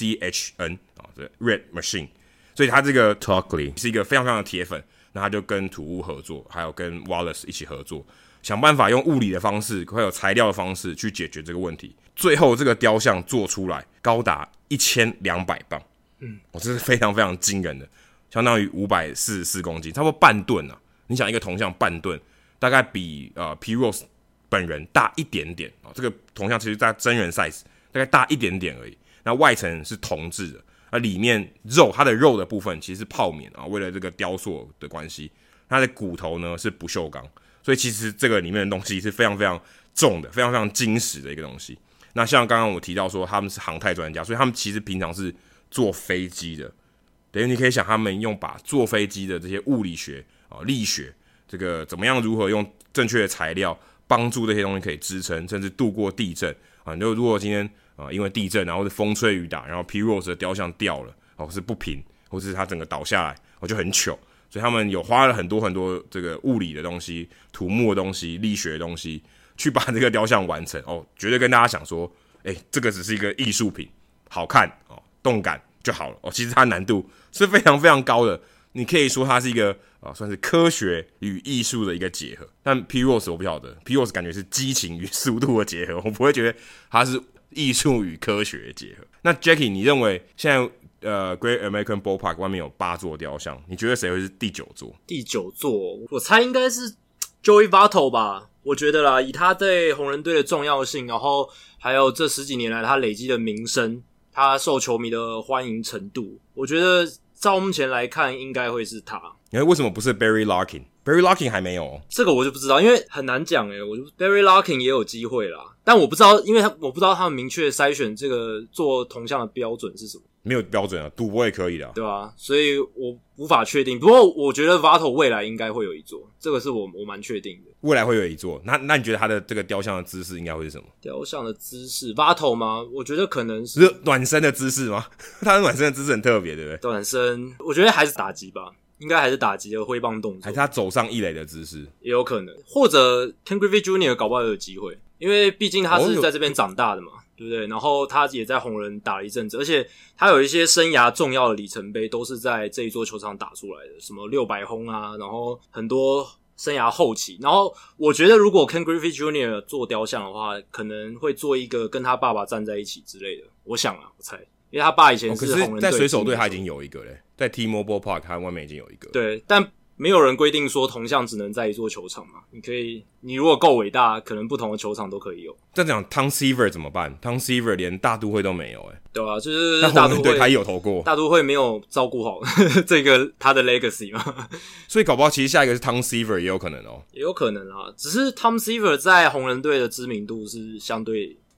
MCHN Red Machine， 所以他这个 Talkley 是一个非常非常的铁粉，那他就跟土屋合作，还有跟 Wallace 一起合作，想办法用物理的方式还有材料的方式去解决这个问题。最后这个雕像做出来高达1200磅，这是非常非常惊人的，相当于544公斤，差不多半吨啊！你想一个铜像半吨，大概比P. Rose 本人大一点点这个铜像其实在真人 size 大概大一点点而已。那外层是铜制的，那里面它的肉的部分其实是泡棉为了这个雕塑的关系，它的骨头呢是不锈钢，所以其实这个里面的东西是非常非常重的，非常非常精实的一个东西。那像刚刚我提到说他们是航太专家，所以他们其实平常是坐飞机的，等于你可以想他们把坐飞机的这些物理学力学，这个怎么样如何用正确的材料帮助这些东西可以支撑，甚至度过地震就如果今天因为地震，然后是风吹雨打，然后 P. Rose 的雕像掉了是不平，或是它整个倒下来就很糗，所以他们有花了很多很多这个物理的东西、土木的东西、力学的东西去把这个雕像完成绝对跟大家讲说这个只是一个艺术品，好看动感就好了其实它难度是非常非常高的，你可以说它是一个算是科学与艺术的一个结合。但 P. Rose 我不晓得， P. Rose 感觉是激情与速度的结合，我不会觉得它是艺术与科学的结合。那 Jackie 你认为现在Great American Ballpark 外面有8座雕像，你觉得谁会是第9座？ 第9座我猜应该是 Joey Votto 吧，我觉得啦，以他对红人队的重要性，然后还有这10几年来他累积的名声，他受球迷的欢迎程度，我觉得照目前来看应该会是他。 为什么不是 Barry Larkin？Barry Larkin 还没有这个我就不知道，因为很难讲我 Barry Larkin 也有机会啦，但我不知道，因为我不知道他们明确筛选这个做铜像的标准是什么。 没有标准赌博也可以的对啊，所以我无法确定。不过我觉得 Votto 未来应该会有一座，这个是我蛮确定的。 未来会有一座，那你觉得他的这个雕像的姿势应该会是什么？ 雕像的姿势 Votto 吗？我觉得可能是暖身的姿势吗？他的暖身的姿势很特别，对不对？ 暖身，我觉得还是打击吧。应该还是打击的挥棒动作， 还是他走上一垒的姿势， 也有可能，或者 Ken Griffey Jr. 搞不好也有机会，因为毕竟他是在这边长大的嘛，对不对？然后他也在红人打了一阵子，而且他有一些生涯重要的里程碑都是在这一座球场打出来的，什么600轰啊，然后很多生涯后期。然后我觉得如果 Ken Griffey Jr. 做雕像的话，可能会做一个跟他爸爸站在一起之类的，我想啊，我猜。因为他爸以前是红人队， 可是在水手队他已经有一个嘞，在 T-Mobile Park 他外面已经有一个。 对，但没有人规定说铜像只能在一座球场嘛。你如果够伟大，可能不同的球场都可以有。 这样讲 Tom Seaver 怎么办？ Tom Seaver 连大都会都没有对啊，就是大都会他也有投过， 大都会没有照顾好这个他的 legacy 嘛。 所以搞不好其实下一个是 Tom Seaver 也有可能也有可能啊，只是 Tom Seaver 在红人队的知名度是相对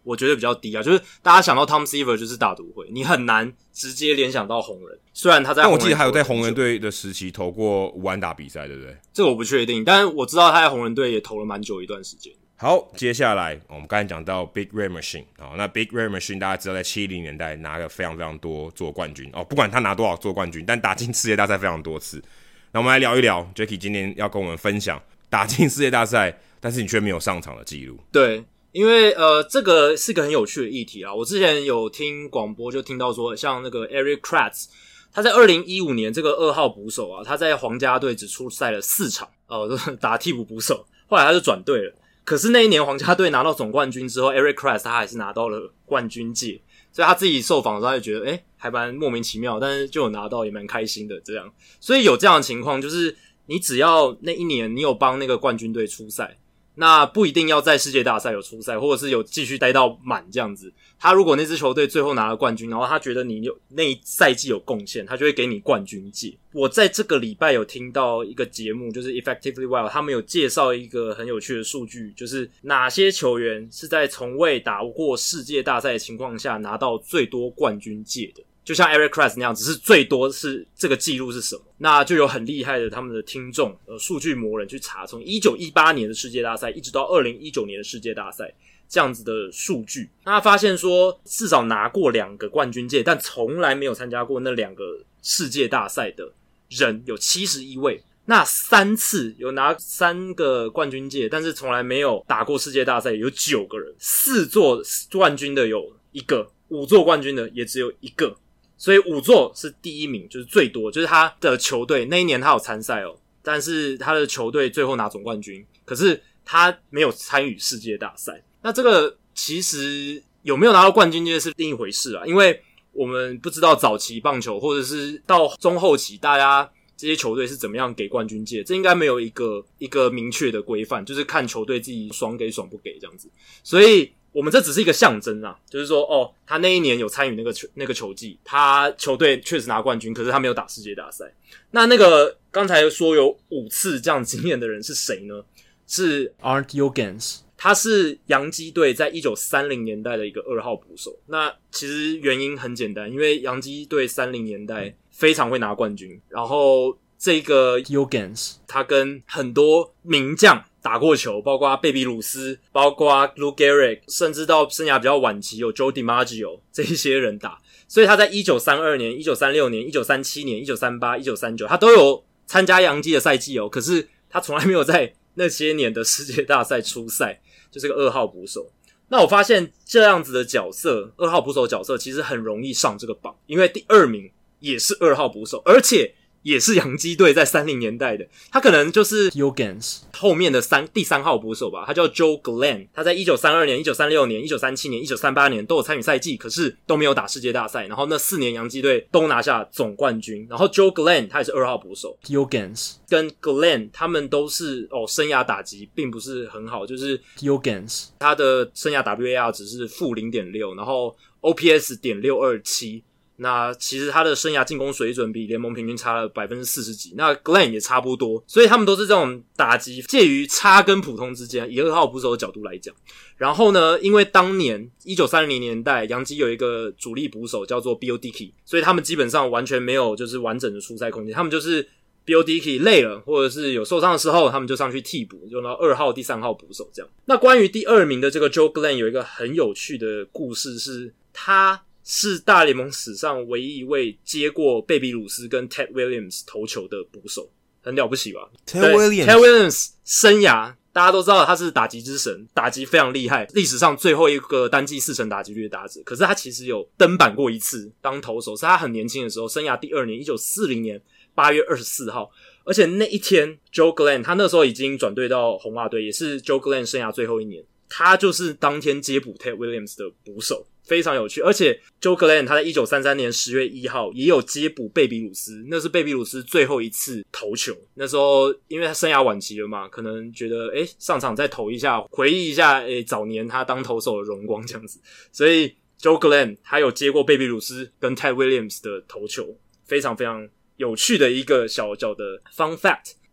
我觉得比较低啊，就是大家想到 Tom Seaver 就是大都会，你很难直接联想到红人。虽然他在红人， 但我记得还有在红人队的时期投过5安打比赛，对不对？ 这个我不确定，但是我知道他在红人队也投了蛮久一段时间。 好，接下来我们刚才讲到 Big Red Machine 那 Big Red Machine 大家知道在70年代拿了非常非常多座冠军不管他拿多少座冠军，但打进世界大赛非常多次。那我们来聊一聊 Jacky 今天要跟我们分享打进世界大赛，但是你却没有上场的记录。 对，因为这个是个很有趣的议题啦。我之前有听广播就听到说，像那个 Eric Kratz， 他在2015年这个2号捕手啊，他在皇家队只出赛了4场，打替补捕手，后来他就转队了。可是那一年皇家队拿到总冠军之后 ，Eric Kratz 他还是拿到了冠军戒，所以他自己受访的时候他就觉得，还蛮莫名其妙，但是就有拿到也蛮开心的这样。所以有这样的情况，就是你只要那一年你有帮那个冠军队出赛，那不一定要在世界大赛有出赛，或者是有继续待到满这样子。他如果那支球队最后拿了冠军，然后他觉得你有那一赛季有贡献，他就会给你冠军戒。我在这个礼拜有听到一个节目，就是 Effectively Wild， 他们有介绍一个很有趣的数据，就是哪些球员是在从未打过世界大赛的情况下拿到最多冠军戒的。就像 Eric Kratz 那样，只是最多是这个记录是什么？那就有很厉害的他们的听众数据魔人去查，从1918年的世界大赛一直到2019年的世界大赛这样子的数据，那他发现说至少拿过2个冠军戒，但从来没有参加过那2个世界大赛的人有71位。那3次有拿3个冠军戒，但是从来没有打过世界大赛有9个人，4座冠军的有1个，5座冠军的也只有1个。所以5座是第一名，就是最多，就是他的球队那一年他有参赛但是他的球队最后拿总冠军，可是他没有参与世界大赛。那这个其实有没有拿到冠军戒是另一回事啊，因为我们不知道早期棒球或者是到中后期大家这些球队是怎么样给冠军戒，这应该没有一个明确的规范，就是看球队自己爽给爽不给这样子。所以我们这只是一个象征啊，就是说他那一年有参与那个球季，他球队确实拿冠军，可是他没有打世界大赛。那个刚才说有5次这样经验的人是谁呢？是 Art Yogens， 他是洋基队在1930年代的一个2号捕手。那其实原因很简单，因为洋基队30年代非常会拿冠军，然后这个 Yogens 他跟很多名将打过球，包括贝比鲁斯，包括 Lou Gehrig， 甚至到生涯比较晚期有 Joe DiMaggio 这一些人打。所以他在1932年、1936年、1937年、1938、1939他都有参加洋基的赛季可是他从来没有在那些年的世界大赛出赛，就是个2号捕手。那我发现这样子的角色，2号捕手的角色其实很容易上这个榜，因为第2名也是2号捕手，而且也是洋基队在30年代的，他可能就是 Yogens 后面的第3号捕手吧，他叫 Joe Glenn， 他在1932年、1936年、1937年、1938年都有参与赛季，可是都没有打世界大赛，然后那4年洋基队都拿下总冠军，然后 Joe Glenn 他也是2号捕手， Yogens 跟 Glenn 他们都是生涯打击并不是很好，就是 Yogens 他的生涯 WAR 只是负 0.6， 然后 OPS .627，那其实他的生涯进攻水准比联盟平均差了40%几，那 Glenn 也差不多，所以他们都是这种打击介于差跟普通之间，以2号捕手的角度来讲。然后呢，因为当年1930年代洋基有一个主力捕手叫做 Bill Dickey， 所以他们基本上完全没有就是完整的出赛空间，他们就是 Bill Dickey 累了或者是有受伤的时候，他们就上去替补，就拿2号第3号捕手这样。那关于第2名的这个 Joe Glenn 有一个很有趣的故事，是他是大联盟史上唯一一位接过贝比鲁斯跟 Ted Williams 投球的捕手，很了不起吧？ Ted Williams 生涯大家都知道他是打击之神，打击非常厉害，历史上最后一个单季4成打击率的打者。可是他其实有登板过一次当投手，是他很年轻的时候，生涯第2年1940年8月24号，而且那一天 Joe Glenn 他那时候已经转队到红袜队，也是 Joe Glenn 生涯最后一年，他就是当天接补 Ted Williams 的捕手，非常有趣。而且 Joe Glenn 他在1933年10月1号也有接补贝比鲁斯，那是贝比鲁斯最后一次投球，那时候因为他生涯晚期了嘛，可能觉得上场再投一下，回忆一下早年他当投手的荣光这样子，所以 Joe Glenn 他有接过贝比鲁斯跟 Ted Williams 的投球，非常非常有趣的一个小小的 fun fact。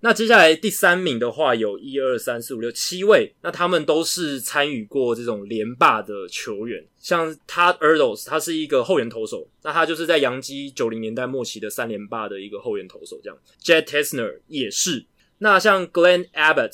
那接下来第3名的话有1、2、3、4、5、6、7位，那他们都是参与过这种连霸的球员。像 Todd Erdos 他是一个后援投手，那他就是在洋基90年代末期的3连霸的一个后援投手这样。Jet Tesner 也是。那像 Glenn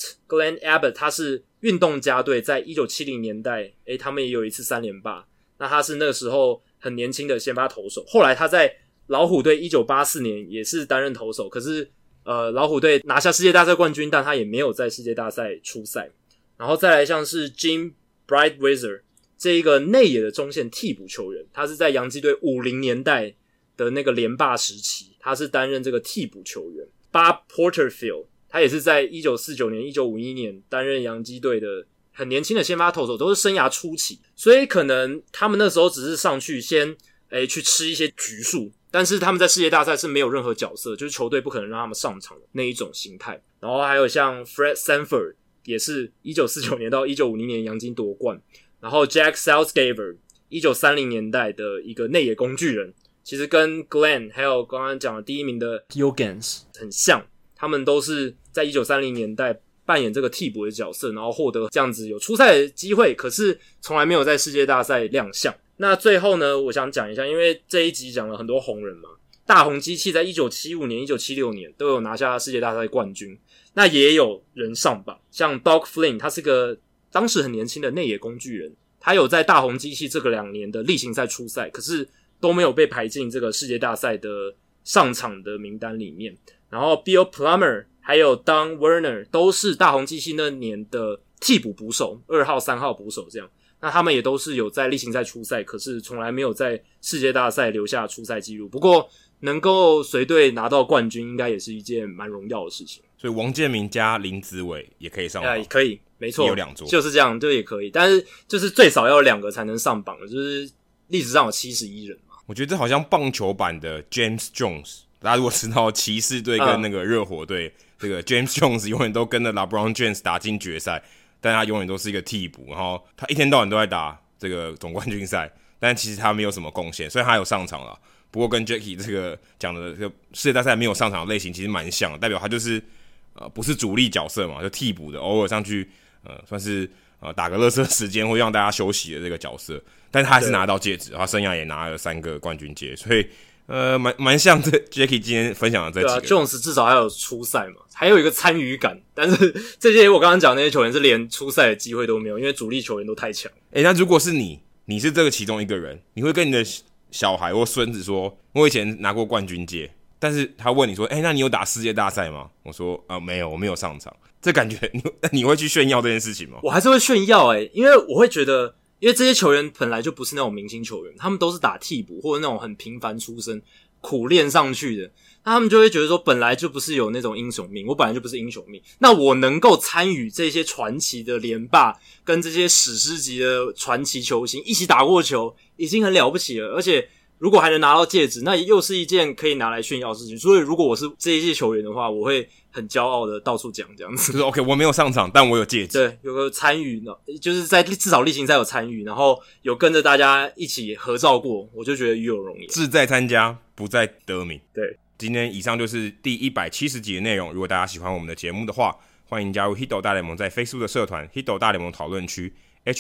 Abbott 他是运动家队在1970年代他们也有一次3连霸，那他是那个时候很年轻的先发投手，后来他在老虎队1984年也是担任投手，可是老虎队拿下世界大赛冠军，但他也没有在世界大赛出赛。然后再来像是 Jim Brightweiser 这一个内野的中线替补球员，他是在洋基队50年代的那个连霸时期，他是担任这个替补球员。Bob Porterfield 他也是在1949年、1951年担任洋基队的很年轻的先发投手，都是生涯初期，所以可能他们那时候只是上去先去吃一些局数，但是他们在世界大赛是没有任何角色，就是球队不可能让他们上场的那一种心态。然后还有像 Fred Sanford 也是1949年到1950年洋基夺冠，然后 Jack Salzgeber 1930年代的一个内野工具人，其实跟 Glenn 还有刚刚讲的第1名的 Yogans 很像，他们都是在1930年代扮演这个替补的角色，然后获得这样子有出赛的机会，可是从来没有在世界大赛亮相。那最后呢，我想讲一下，因为这一集讲了很多红人嘛，大红机器在1975年、1976年都有拿下世界大赛冠军，那也有人上榜，像 Doug Flynn 他是个当时很年轻的内野工具人，他有在大红机器这个2年的例行赛出赛，可是都没有被排进这个世界大赛的上场的名单里面。然后 Bill Plummer 还有 Don Werner 都是大红机器那年的替补捕手，2号、3号捕手这样。那他们也都是有在例行赛出赛，可是从来没有在世界大赛留下出赛记录。不过能够随队拿到冠军，应该也是一件蛮荣耀的事情。 所以王建民加林子伟也可以上榜， 可以，没错， 有2座， 就是这样，就也可以。但是就是最少要2个才能上榜的，就是历史上有71人嘛。 我觉得这好像棒球版的 James Jones。大家如果知道骑士队跟那个热火队，这个 James Jones 永远都跟着 LeBron James 打进决赛，但他永远都是一个替补，然后他一天到晚都在打这个总冠军赛，但其实他没有什么贡献，虽然他有上场啦，不过跟 Jackie 这个讲的这个世界大赛没有上场的类型其实蛮像的，代表他就是不是主力角色嘛，就替补的，偶尔上去算是打个垃圾时间会让大家休息的这个角色，但他还是拿到戒指，他生涯也拿了3个冠军戒，所以蛮像这 Jackie 今天分享的这几个。 对啊 ，Jones 至少还有出赛嘛，还有一个参与感。但是这些我刚刚讲的那些球员是连出赛的机会都没有，因为主力球员都太强。 那如果是你是这个其中一个人，你会跟你的小孩或孙子说，我以前拿过冠军戒，但是他问你说，那你有打世界大赛吗？我说没有，我没有上场。这感觉你会去炫耀这件事情吗？ 我还是会炫耀因为我会觉得。因为这些球员本来就不是那种明星球员，他们都是打替补或者那种很平凡出身苦练上去的，那他们就会觉得说本来就不是有那种英雄命，我本来就不是英雄命，那我能够参与这些传奇的连霸跟这些史诗级的传奇球星一起打过球已经很了不起了，而且如果还能拿到戒指，那又是一件可以拿来炫耀的事情。所以如果我是这一届球员的话，我会很骄傲的到处讲这样子， 就是 OK 我没有上场但我有戒指， 对，有个参与呢，就是在至少例行赛有参与，然后有跟着大家一起合照过，我就觉得与有荣焉。 志在参加不在得名。 对， 今天以上就是第170集的内容，如果大家喜欢我们的节目的话，欢迎加入 Hito 大联盟在 Facebook 的社团 Hito 大联盟讨论区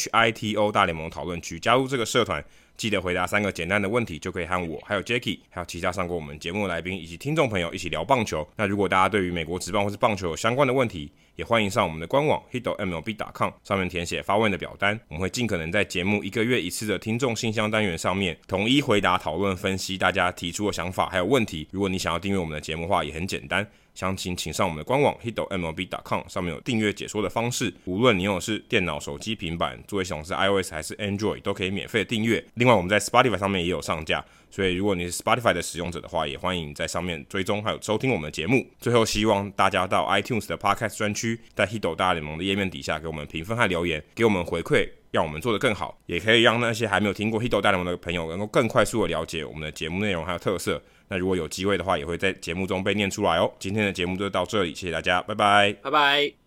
HITO 大联盟讨论区，加入这个社团记得回答3个简单的问题，就可以和我还有 Jackie 还有其他上过我们节目的来宾以及听众朋友一起聊棒球。那如果大家对于美国职棒或是棒球有相关的问题，也欢迎上我们的官网 hitomlb.com 上面填写发问的表单，我们会尽可能在节目1个月1次的听众信箱单元上面统一回答、讨论、分析大家提出的想法还有问题。如果你想要订阅我们的节目的话，也很简单，详情请上我们的官网 hitomlb.com 上面有订阅解说的方式，无论你用的是电脑、手机、平板，作为系统是 iOS 还是 Android 都可以免费的订阅。另外我们在 Spotify 上面也有上架，所以如果你是 Spotify 的使用者的话，也欢迎在上面追踪还有收听我们的节目。最后希望大家到 iTunes 的 Podcast 专区，在 Hito 大联盟的页面底下给我们评分和留言，给我们回馈，让我们做得更好，也可以让那些还没有听过 Hito 大联盟的朋友能够更快速的了解我们的节目内容还有特色。那如果有机会的话，也会在节目中被念出来哦。今天的节目就到这里，谢谢大家，拜拜， 拜拜。